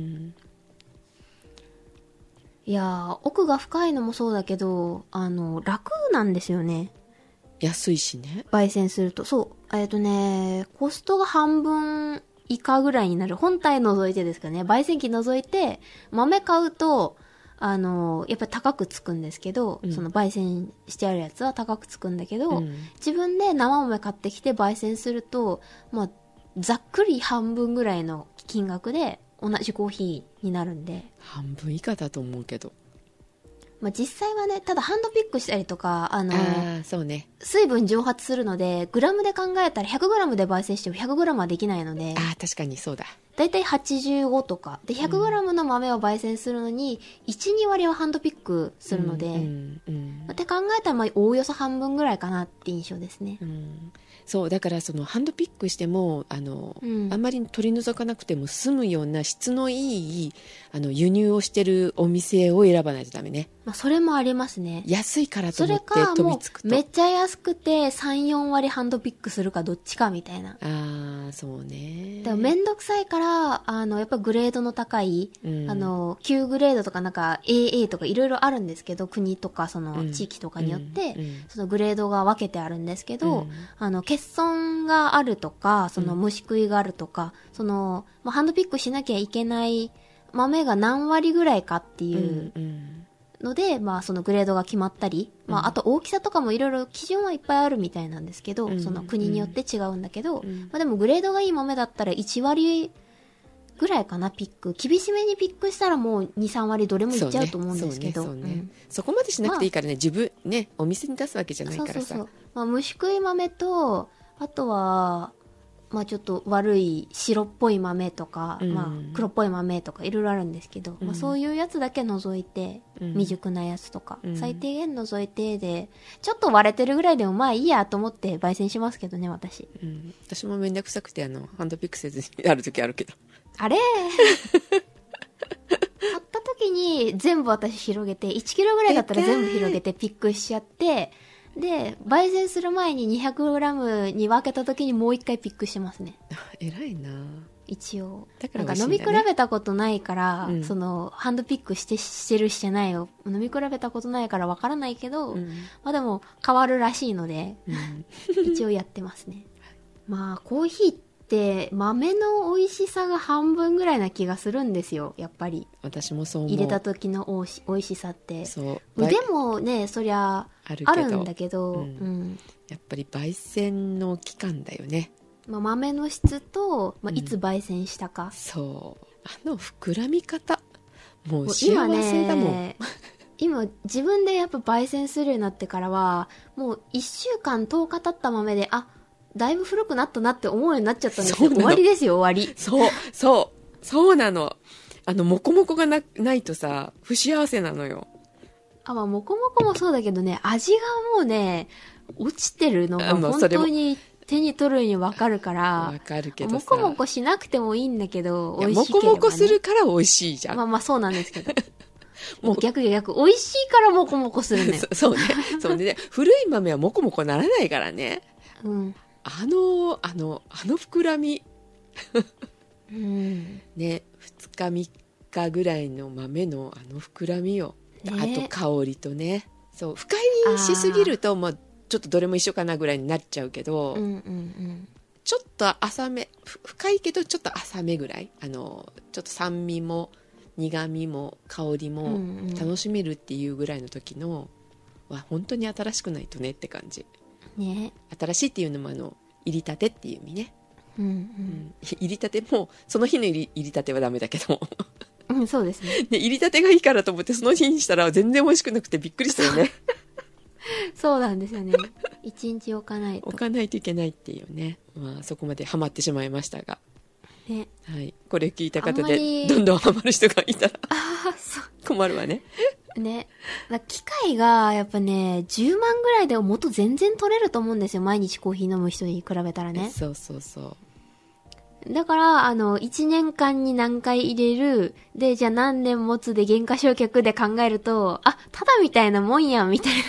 いや奥が深いのもそうだけどあの楽なんですよね。 安いしね焙煎すると。そうえっとねコストが半分以下ぐらいになる。本体除いてですかね。焙煎機除いて豆買うとあのやっぱり高くつくんですけど、うん、その焙煎してあるやつは高くつくんだけど、うん、自分で生豆買ってきて焙煎すると、まあ、ざっくり半分ぐらいの金額で同じコーヒーになるんで。 半分以下だと思うけど、 まあ、実際はねただハンドピックしたりとかあのあそう、ね、 水分蒸発するのでグラムで考えたら ひゃくグラム で焙煎しても ひゃくグラム はできないので、 あ確かにそうだ、 だいたいはちじゅうごとかで ひゃくグラム の豆を焙煎するのに いち、に 割はハンドピックするので、うんうんうん、って考えたらまあおおよそ半分ぐらいかなって印象ですね、うん、 そうだからそのハンドピックしてもあの、うん、あんまり取り除かなくても済むような質のいいあの輸入をしてるお店を選ばないとダメね。 まあ、それもありますね。 安いからと思って飛びつくと、 それかもうめっちゃ安くて さん、よん 割ハンドピックするかどっちかみたいな。 ああそうね。 でもめんどくさいからあのやっぱグレードの高い、うん、あのきゅうグレードとかなんか エーエー とかいろいろあるんですけど、国とかその地域とかによって、うんうん、そのグレードが分けてあるんですけど、うん、あの欠損があるとかその虫食いがあるとか、うん、その、まあ、ハンドピックしなきゃいけない豆が何割ぐらいかっていう、うんうんので、まあ、そのグレードが決まったり、うん、まあ、あと大きさとかもいろいろ基準はいっぱいあるみたいなんですけど、うん、その国によって違うんだけど、うん、まあ、でもグレードがいい豆だったらいち割ぐらいかな、ピック。厳しめにピックしたらもうに、さん割どれもいっちゃうと思うんですけど。そうね、そうね、うん、 そこまでしなくていいからね、まあ、自分ね、お店に出すわけじゃないからさ。そうそうそう。 まあ、虫食い豆と、あとは、まあちょっと悪い白っぽい豆とか、うん、まあ黒っぽい豆とかいろいろあるんですけど、うん、まあそういうやつだけ除いて、うん、未熟なやつとか、うん、最低限除いてで、ちょっと割れてるぐらいでもまあいいやと思って焙煎しますけどね、私。 うん、私もめんどくさくて、あの、ハンドピックせずにやるときあるけど。 あれ買った時に全部私広げて、いちキロぐらいだったら全部広げてピックしちゃって、で焙煎する前に にひゃくグラム に分けた時にもう一回ピックしてますね。 偉いな。 一応だから、 ね、なんか飲み比べたことないから、うん、そのハンドピックしてしてるしてないを飲み比べたことないから分からないけど、うん、まあでも変わるらしいので、うん、一応やってますね。まあコーヒーって豆の美味しさが半分ぐらいな気がするんですよ、やっぱり。 私もそう思う。 入れた時のおいし美味しさって。そう腕もねそりゃある, あるんだけど、うんうん、 やっぱり焙煎の期間だよね。 まあ、豆の質と、まあ、いつ焙煎したか、うん、 そうあの膨らみ方もう幸せだもん。 今ね今自分でやっぱ焙煎するようになってからはもういっしゅうかんとおか経った豆であだいぶ古くなったなって思うようになっちゃったんですよ。終わりですよ、終わり。 そうそうそうなの。あのモコモコが な, ないとさ不幸せなのよ。 あ、まあ、もこもこもそうだけどね、味がもうね、落ちてるのが本当に手に取るに分かるから、 わかるけどもさ、 こもこしなくてもいいんだけど、美味しければ、ね、 もこもこするから美味しいじゃん。 まあまあそうなんですけど。もう逆逆、美味しいからもこもこするね。 そ, そうね。そうね。古い豆はもこもこならないからね。 うん。 あの、あの、あの膨らみ。 うん。 ね、ふつかみっかぐらいの豆のあの膨らみよ。ね、あと香りとね。そう、深入りしすぎると、まあ、ちょっとどれも一緒かなぐらいになっちゃうけど、 うんうんうん、 ちょっと浅め、深いけどちょっと浅めぐらい。あの、ちょっと酸味も苦味も香りも楽しめるっていうぐらいの時の、うんうん、は本当に新しくないとねって感じ。 ね、 新しいっていうのもあの入りたてっていう意味ね、 うんうんうん、 入りたてもその日の入り、入りたてはダメだけどうん、そうですね。 で入りたてがいいからと思ってその日にしたら全然美味しくなくてびっくりしたよね。 そうなんですよね。一日置かないと置かないといけないっていうね、まあ、そこまでハマってしまいましたが、 ね、 はい、これ聞いた方でどんどんハマる人がいたらあそう困るわね。 ね、だ機械がやっぱねじゅうまんぐらいで元全然取れると思うんですよ、毎日コーヒー飲む人に比べたらね。 そうそうそう。 だからあのいちねんかんに何回入れるで、じゃあ何年持つで減価償却で考えると、あ、ただみたいなもんやんみたいな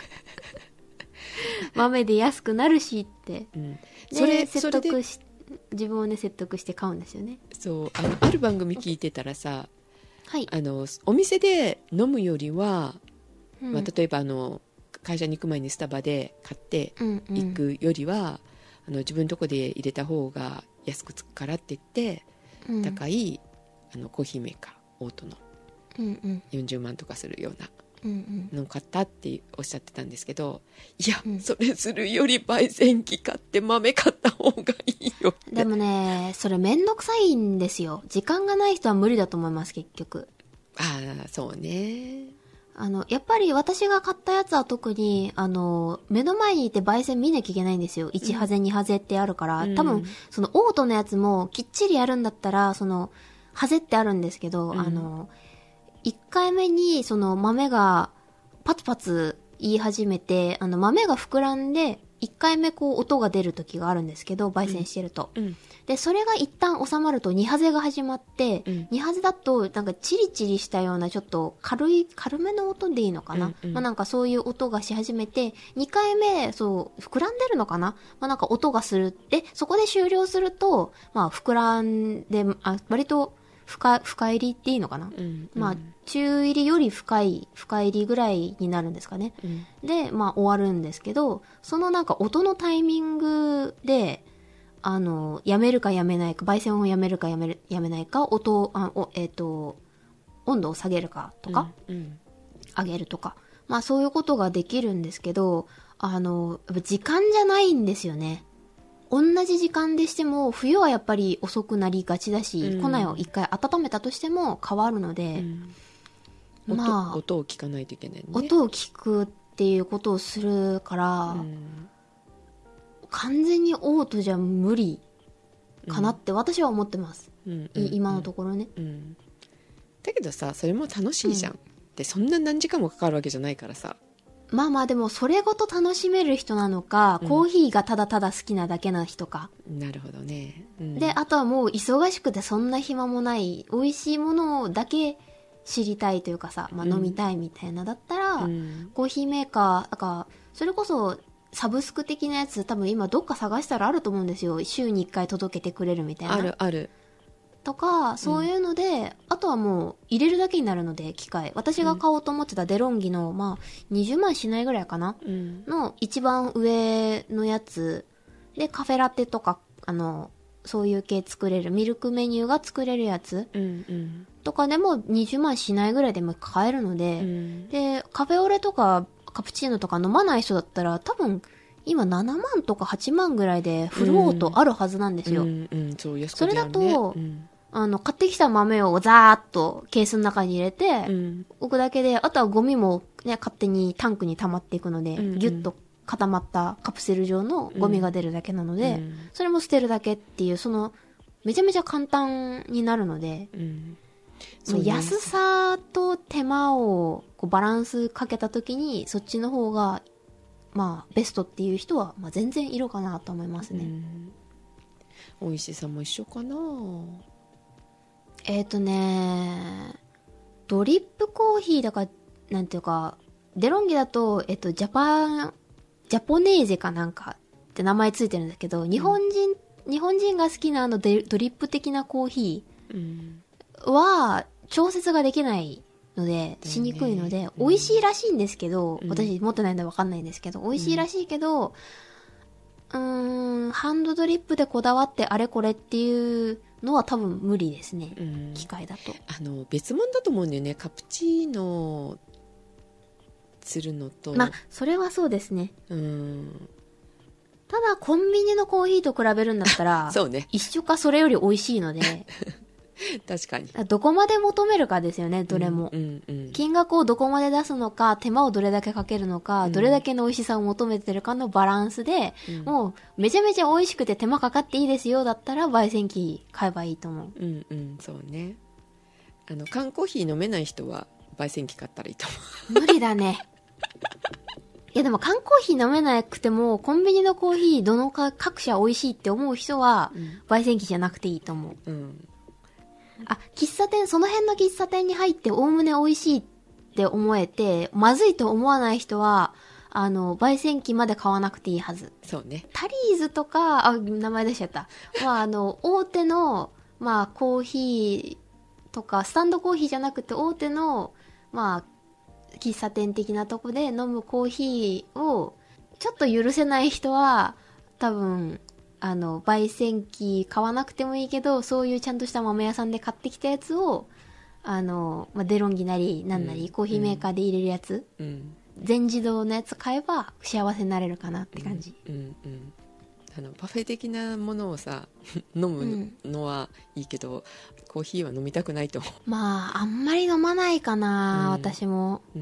豆で安くなるしって、うん、それ説得し自分をね説得して買うんですよね。 そう、あのある番組聞いてたらさ、 はい、 あのお店で飲むよりは、 うん、 まあ、例えばあの会社に行く前にスタバで買って行くよりは、うんうん、あの自分のとこで入れた方が安くつくからって言って、うん、高いあのコーヒーメーカーオートのよんじゅうまんとかするようなのを買ったっておっしゃってたんですけど、いや、うん、それするより焙煎機買って豆買った方がいいよって。 でもねそれめんどくさいんですよ。時間がない人は無理だと思います結局。 ああそうね。 あのやっぱり私が買ったやつは特にあの目の前にいて焙煎見なきゃいけないんですよ。いちハゼにハゼってあるから、うん、多分そのオートのやつもきっちりやるんだったらそのハゼってあるんですけど、うん、あのいっかいめにその豆がパツパツ言い始めて、あの豆が膨らんでいっかいめこう音が出る時があるんですけど、焙煎してると、うんうん、でそれが一旦収まるとにハゼが始まって、うん、にハゼだとなんかチリチリしたようなちょっと軽い軽めの音でいいのかな、うんうん、まあ、なんかそういう音がし始めてにかいめそう膨らんでるのかな、まあ、なんか音がするでそこで終了するとまあ膨らんであ割と深, 深入りっていいのかな、うんうん、まあ中入りより深い深入りぐらいになるんですかね、うん、でまあ終わるんですけど、そのなんか音のタイミングであのやめるかやめないか、焙煎をやめるかやめるやめないか、音あおえっ、ー、と温度を下げるかとか、うんうん、上げるとか、まあそういうことができるんですけど、あのやっぱ時間じゃないんですよね。同じ時間でしても冬はやっぱり遅くなりがちだし、うん、粉を一回温めたとしても変わるので、 うん、まあ、音, 音を聞かないといけないね。 音を聞くっていうことをするから、うん、完全にオートじゃ無理かなって私は思ってます、うん、今のところね、うん、 だけどさそれも楽しいじゃん、うん、でそんな何時間もかかるわけじゃないからさ。 まあまあでもそれごと楽しめる人なのか、うん、コーヒーがただただ好きなだけな人か。 なるほどね、うん、 であとはもう忙しくてそんな暇もない美味しいものだけ知りたいというかさ、まあ、飲みたいみたいなだったら、うん、コーヒーメーカーだからそれこそサブスク的なやつ多分今どっか探したらあると思うんですよ。週にいっかい届けてくれるみたいな。 あるあるとかそういうので、うん、あとはもう入れるだけになるので機械、私が買おうと思ってたデロンギの、まあ、にじゅうまんしないぐらいかな、うん、の一番上のやつでカフェラテとかあのそういう系作れるミルクメニューが作れるやつ、うんうん、とかでもにじゅうまんしないぐらいでも買えるので、うん、でカフェオレとかカプチーノとか飲まない人だったら多分今ななまんとかはちまんぐらいでフルオートあるはずなんですよ、うんうんうん、そう安くてあるね。それだと、うんあの、買ってきた豆をザーッとケースの中に入れて、うん、置くだけで、あとはゴミもね、勝手にタンクに溜まっていくので、うんうん、ギュッと固まったカプセル状のゴミが出るだけなので、うん、それも捨てるだけっていう、その、めちゃめちゃ簡単になるので、うんそうね、安さと手間をこうバランスかけたときに、そっちの方がまあベストっていう人は、まあ、全然色かなと思いますね。 美味しさも一緒かな。 えっとねドリップコーヒーだからなんていうかデロンギだと、えっと、ジャパンジャポネーゼかなんかって名前ついてるんだけど、日本人、うん、日本人が好きなあのドリップ的なコーヒーは調節ができないので、しにくいので、美味しいらしいんですけど、うん、私持ってないんで分かんないんですけど、美味しいらしいけど、うーん、ハンドドリップでこだわってあれこれっていうのは多分無理ですね、うん、機械だと。 あの、別物だと思うんだよね、カプチーノするのと。 まあ、それはそうですね。 うん。 ただ、コンビニのコーヒーと比べるんだったら、 そうね。 一緒かそれより美味しいので、 確かに。 どこまで求めるかですよね、どれも、 うんうんうん。 金額をどこまで出すのか、手間をどれだけかけるのか、うん、どれだけの美味しさを求めてるかのバランスで、うん、もう、めちゃめちゃ美味しくて手間かかっていいですよ、だったら、焙煎機買えばいいと思う。 うんうん、そうね。あの、缶コーヒー飲めない人は、焙煎機買ったらいいと思う。無理だね。いやでも缶コーヒー飲めなくてもコンビニのコーヒーどのか各社美味しいって思う人は、うん、焙煎機じゃなくていいと思う、うん、あ、喫茶店その辺の喫茶店に入っておおむね美味しいって思えてまずいと思わない人はあの焙煎機まで買わなくていいはず。 そうね。 タリーズとかあ名前出しちゃったまああの大手のまあコーヒーとかスタンドコーヒーじゃなくて大手のまあ喫茶店的なとこで飲むコーヒーをちょっと許せない人は多分あの焙煎機買わなくてもいいけどそういうちゃんとした豆屋さんで買ってきたやつをあの、まあ、デロンギなりなんなり、うん、コーヒーメーカーで入れるやつ、うん、全自動のやつ買えば幸せになれるかなって感じ、 うんうんうん、あのパフェ的なものをさ飲むのはいいけど、うん、コーヒーは飲みたくないと思う。 まああんまり飲まないかな、うん、私も、うん、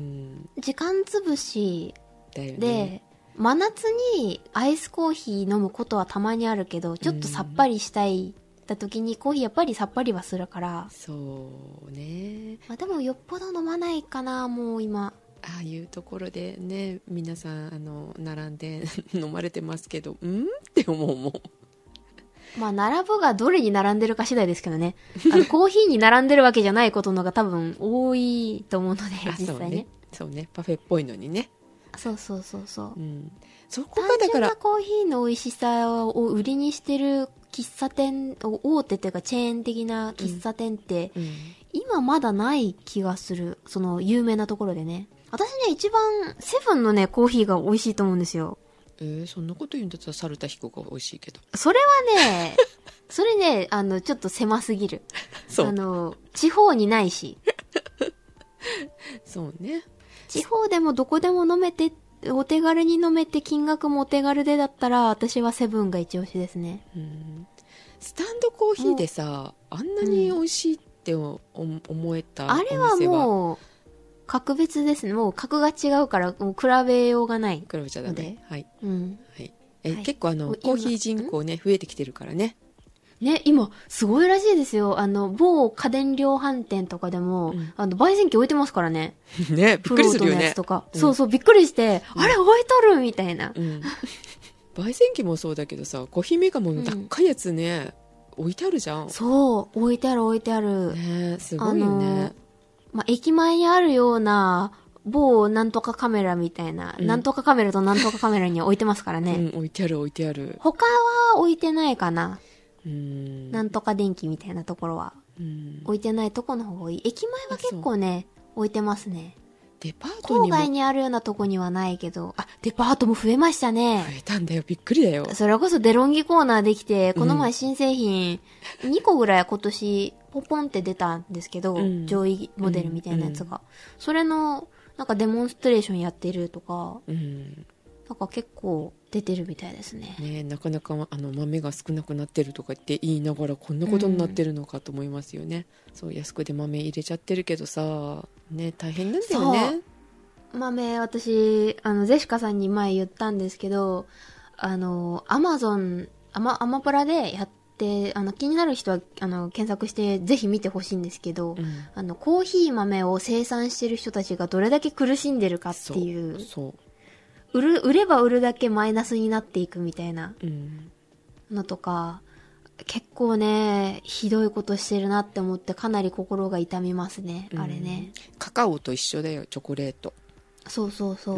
時間つぶしで、ね、真夏にアイスコーヒー飲むことはたまにあるけどちょっとさっぱりしたいった時にコーヒーやっぱりさっぱりはするから。 そうね、 まあ、でもよっぽど飲まないかなもう今。 ああいうところでね皆さんあの並んで飲まれてますけどうんって思うもん。 まあ並ぶがどれに並んでるか次第ですけどね。あのコーヒーに並んでるわけじゃないことのが多分多いと思うので実際ね。 そうね、そうね、パフェっぽいのにね。 そうそうそうそう、うん、 そこがだから単純なコーヒーの美味しさを売りにしてる喫茶店、大手っていうかチェーン的な喫茶店って、うんうん、今まだない気がする。その有名なところでね。私ね一番セブンのねコーヒーが美味しいと思うんですよ。 えー、そんなこと言うんだったらサルタヒコが美味しいけど。 それはねそれねあのちょっと狭すぎる。そう、あの地方にないしそうね、 地方でもどこでも飲めてお手軽に飲めて金額もお手軽でだったら私はセブンが一押しですね。 うん、スタンドコーヒーでさあんなに美味しいって思えたお店は、 あれはもう格別ですね。もう格が違うからもう比べようがない。 比べちゃダメ。はい、 うんはいえはい、結構あのコーヒー人口ね増えてきてるからね。 ね、今すごいらしいですよ。あの某家電量販店とかでも、うん、あの焙煎機置いてますからね。 ね、びっくりするよね。フロートのやつとか、うん、そうそうびっくりして、うん、あれ置いとるみたいな、うん、 焙煎機もそうだけどさコーヒーメーカーも高いやつね、置いてあるじゃん。 そう置いてある置いてあるね、すごいよね。 まあ、駅前にあるような某なんとかカメラみたいな、うん、なんとかカメラとなんとかカメラに置いてますからね、 うん、置いてある置いてある。 他は置いてないかな。 うーん、 なんとか電気みたいなところは、うん、置いてないとこの方が多い。駅前は結構ね置いてますね。 デパートにも郊外にあるようなとこにはないけど、あ、デパートも増えましたね。 増えたんだよ、びっくりだよ。 それこそデロンギコーナーできて、この前新製品にこぐらい今年ポポンって出たんですけど、うん、上位モデルみたいなやつが、うん、それのなんかデモンストレーションやってるとか、うん、なんか結構出てるみたいですね。 ね、なかなかあの豆が少なくなってるとかって言いながらこんなことになってるのかと思いますよね、うん、そう安くで豆入れちゃってるけどさ、ね、大変なんだよね。 豆私あのゼシカさんに前言ったんですけど、あのアマゾンアマアマプラでやってあの気になる人はあの検索してぜひ見てほしいんですけど、うん、あのコーヒー豆を生産してる人たちがどれだけ苦しんでるかっていう、 そうそう売る、売れば売るだけマイナスになっていくみたいなのとか、うん、結構ね、ひどいことしてるなって思ってかなり心が痛みますね、うん、あれね。 カカオと一緒だよ、チョコレート。 そうそうそう。うん、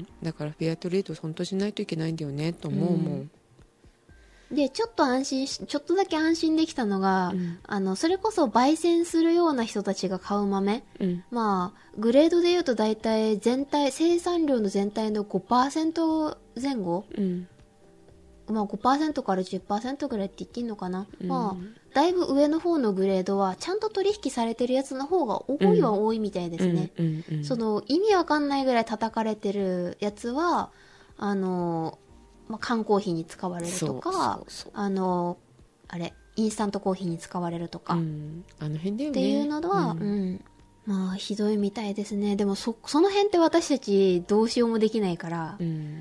だからフェアトレード本当しないといけないんだよね、と思うもん。うんで、ちょっと安心し、ちょっとだけ安心できたのが、うん、あの、それこそ焙煎するような人たちが買う豆。うん、まあ、グレードで言うと大体全体、生産量の全体の ごパーセント 前後、うん、まあ ごパーセント から じゅっパーセント ぐらいって言っていいのかな、うん、まあ、だいぶ上の方のグレードは、ちゃんと取引されてるやつの方が多いは多いみたいですね。その、意味わかんないぐらい叩かれてるやつは、あの、まあ、缶コーヒーに使われるとか、そうそうそう、あの、あれ、インスタントコーヒーに使われるとか、うん、 あの辺だよね。 っていうのは、うん、うん、まあ、ひどいみたいですね。でも、そ、その辺って私たちどうしようもできないから、うん、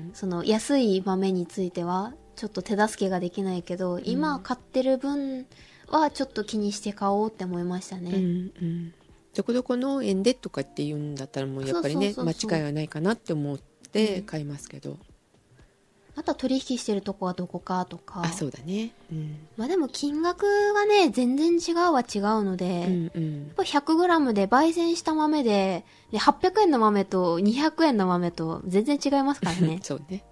その、安い豆については、ちょっと手助けができないけど、うん、今買ってる分はちょっと気にして買おうって思いましたね。うんうん、どこどこの園でとかっていうんだったらもうやっぱりね、間違いはないかなって思って買いますけど、うん、 あとは取引してるとこはどこかとか。 あ、そうだね。うん、 まあでも金額はね、全然違うは違うので、うんうん、やっぱ ひゃくグラム で焙煎した豆で、で、はっぴゃくえんの豆とにひゃくえんの豆と全然違いますからね。 そうね。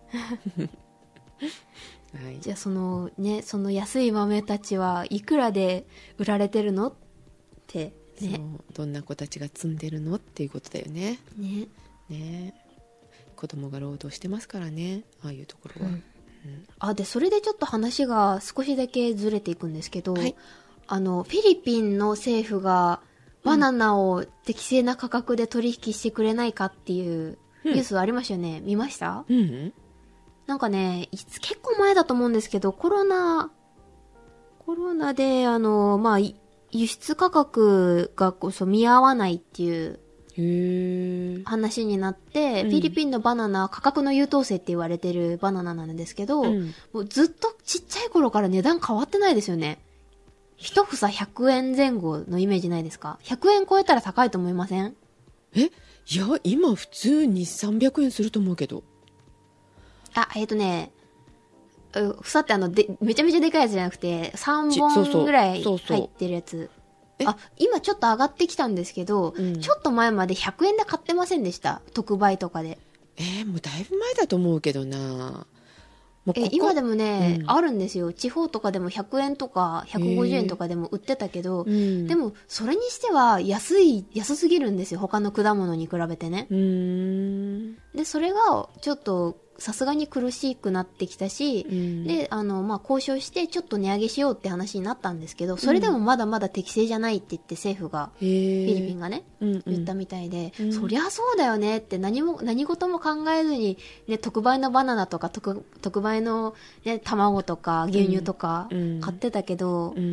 はい、じゃあそのね、その安い豆たちはいくらで売られてるのってね。 そう、どんな子たちが積んでるのっていうことだよね。 ね。 ね。子供が労働してますからね、ああいうところは。うんうん、 あ、で、それでちょっと話が少しだけずれていくんですけど、はい、あの、フィリピンの政府がバナナを適正な価格で取引してくれないかっていうニュースありましたよね。うん、見ました？ うんうんなんかね、いつ結構前だと思うんですけど、コロナ、コロナで、あの、まあ、輸出価格がこそ見合わないっていう話になって、うん、フィリピンのバナナ、価格の優等生って言われてるバナナなんですけど、うん、もうずっとちっちゃい頃から値段変わってないですよね。一房ひゃくえん前後のイメージないですか？ ひゃく 円超えたら高いと思いません？ え、いや、今普通にさんびゃくえんすると思うけど。 あ、えっ、ー、とね、房ってあので、めちゃめちゃでかいやつじゃなくて、さんぼんぐらい入ってるやつ。そうそうあ、今ちょっと上がってきたんですけど、うん、ちょっと前までひゃくえんで買ってませんでした？特売とかで。 えー、もうだいぶ前だと思うけどな。 もうここえ今でもね、うん、あるんですよ。地方とかでもひゃくえんとかひゃくごじゅうえんとかでも売ってたけど、うん、でもそれにしては安い、安すぎるんですよ。他の果物に比べてね。 うーんで、それがちょっとさすがに苦しくなってきたし、うん、で、あの、まあ、交渉してちょっと値上げしようって話になったんですけど、それでもまだまだ適正じゃないって言って政府が、フィリピンがね、うんうん、言ったみたいで、うん、そりゃそうだよねって何も、何事も考えずに、ね、特売のバナナとか特、特売の、ね、卵とか牛乳とか買ってたけど、うんうん、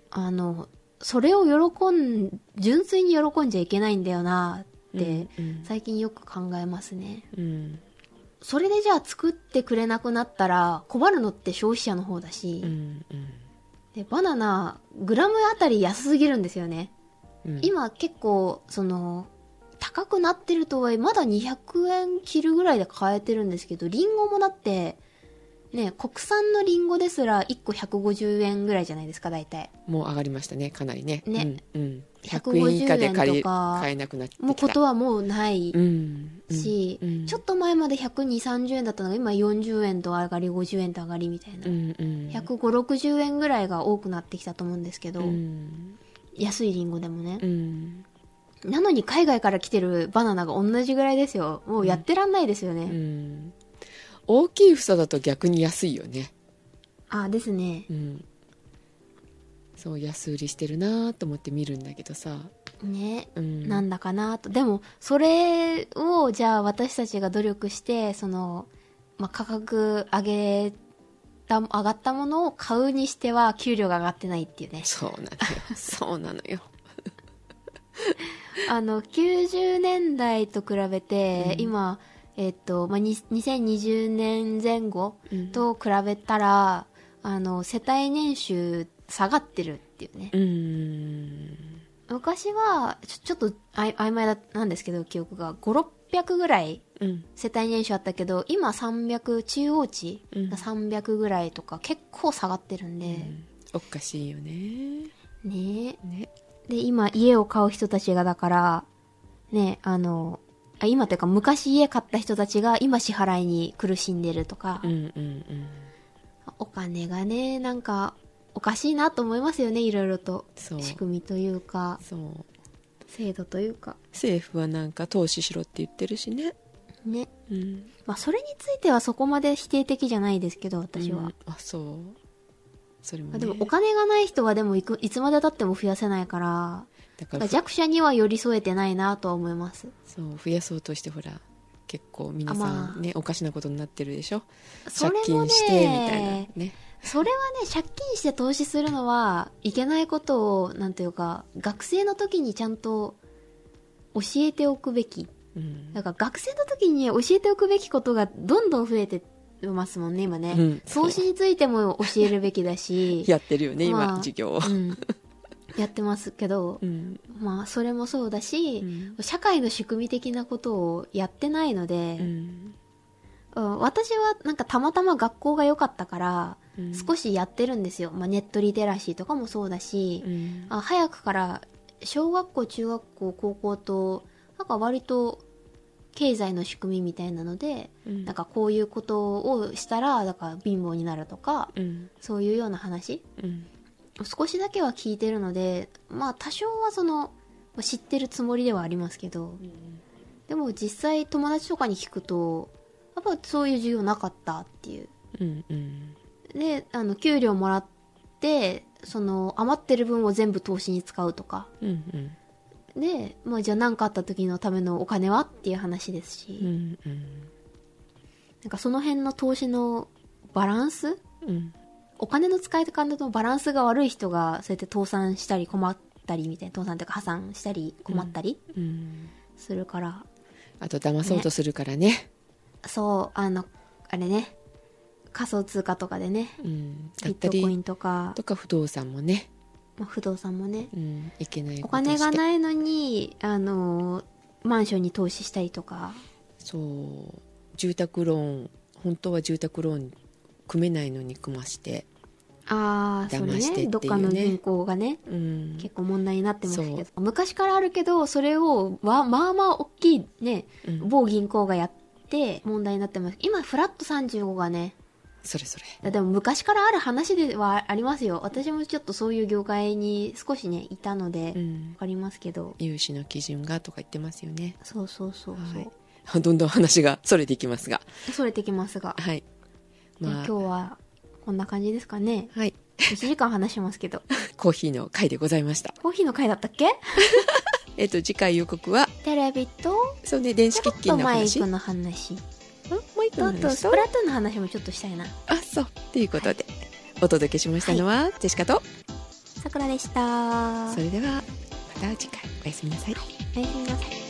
あの、それを喜ん、純粋に喜んじゃいけないんだよなって、最近よく考えますね。 うんそれでじゃあ作ってくれなくなったら困るのって消費者の方だし、 うんうん、 でバナナグラムあたり安すぎるんですよね、うん、今結構その高くなってるとはいえまだにひゃくえん切るぐらいで買えてるんですけど、リンゴもだってね、国産のリンゴですらいっこひゃくごじゅうえんぐらいじゃないですか、大体。 もう上がりましたね、かなりね。 ね。 うんうん、 ひゃくごじゅうえんとか買えなくなってきた。 もうことはもうないし、 うんうんうん、 ちょっと前までひゃくにじゅう、さんじゅうえんだったのが今よんじゅうえんと上がり、ごじゅうえんと上がりみたいな。 うんうん、 ひゃくごじゅう、ろくじゅうえんぐらいが多くなってきたと思うんですけど、 うん、 安いリンゴでもね。 うん、 なのに海外から来てるバナナが同じぐらいですよ。もうやってらんないですよね。 うんうん、大きい房だと逆に安いよね。 ああですね、 うん、そう安売りしてるなと思って見るんだけどさね、 うん、 なんだかなと。でもそれをじゃあ私たちが努力してその、まあ、価格上げた上がったものを買うにしては給料が上がってないっていうね。 そうなのよそうなのよあのきゅうじゅうねんだいと比べて、うん、今えっとまあ、にせんにじゅうねんぜん後と比べたら、うん、あの世帯年収下がってるっていうね。 うーん昔はちょ、ちょっとあい曖昧だなんですけど記憶がご、ろっぴゃくぐらい世帯年収あったけど、今さんびゃく、中央値がさんびゃくぐらいとか結構下がってるんで、うん、 おかしいよね。 ねえ。ね。で、今家を買う人たちがだから、ね、あの、あ今というか昔家買った人たちが今支払いに苦しんでるとか、うんうんうん、お金がね、なんかおかしいなと思いますよね、いろいろと。仕組みというか、そう制度というか。 政府はなんか投資しろって言ってるしね。ね。 うん。まあそれについてはそこまで否定的じゃないですけど、私は。うん、 あ、そう。それもね。 でもお金がない人はでもいくいつまで経っても増やせないから、だから弱者には寄り添えてないなとは思います。 そう、増やそうとしてほら結構皆さんね、まあ、おかしなことになってるでしょ。借金してみたいなね。 それはね、借金して投資するのはいけないことをなんていうか、学生の時にちゃんと教えておくべき、うん、だから学生の時に教えておくべきことがどんどん増えてますもんね今ね、うん、投資についても教えるべきだしやってるよね今、まあ、授業を、うんやってますけど、うん、まあそれもそうだし、うん、社会の仕組み的なことをやってないので、うんうん、私はなんかたまたま学校が良かったから少しやってるんですよ、まあ、ネットリテラシーとかもそうだし、うん、あ早くから小学校中学校高校となんか割と経済の仕組みみたいなので、うん、なんかこういうことをしたらだから貧乏になるとか、うん、そういうような話、うん少しだけは聞いてるので、まあ多少はその知ってるつもりではありますけど、うん、でも実際友達とかに聞くとやっぱそういう授業なかったっていう、うんうん、であの給料もらってその余ってる分を全部投資に使うとか、うんうん、で、まあ、じゃあ何かあった時のためのお金はっていう話ですし、うんうん、なんかその辺の投資のバランス、うんお金の使い方のバランスが悪い人がそうやって倒産したり困ったりみたいな倒産というか破産したり困ったりするから、うんうん、 あと騙そうとするからね、ねそうあのあれね仮想通貨とかでね、うん、ビットコインとかとか不動産もね、 まあ、不動産もね、 うん、いけないお金がないのにあのマンションに投資したりとかそう住宅ローン本当は住宅ローン組めないのに組ましてああ、それね、どっかの銀行がね、うん、結構問題になってますけど昔からあるけどそれをまあまあ大きいね、うん、某銀行がやって問題になってます今フラットさんじゅうごがねそれそれでも昔からある話ではありますよ私もちょっとそういう業界に少しねいたので、うん、分かりますけど融資の基準がとか言ってますよねそうそうそうそう、 はい、どんどん話がそれていきますがそれていきますがはいまあ、今日はこんな感じですかね。はい。いちじかん話しますけど。 コーヒーの回でございました。 コーヒーの回だったっけえっと、次回予告は、 テレビと、 そうね、電子機器の話。 マイクの話。 マイクの話と、スプラトゥーンの話もちょっとしたいな。 あ、そう。ということで、はい、お届けしましたのは、はい、ジェシカと、 さくらでした。 それでは、また次回、おやすみなさい。 はい、おやすみなさい。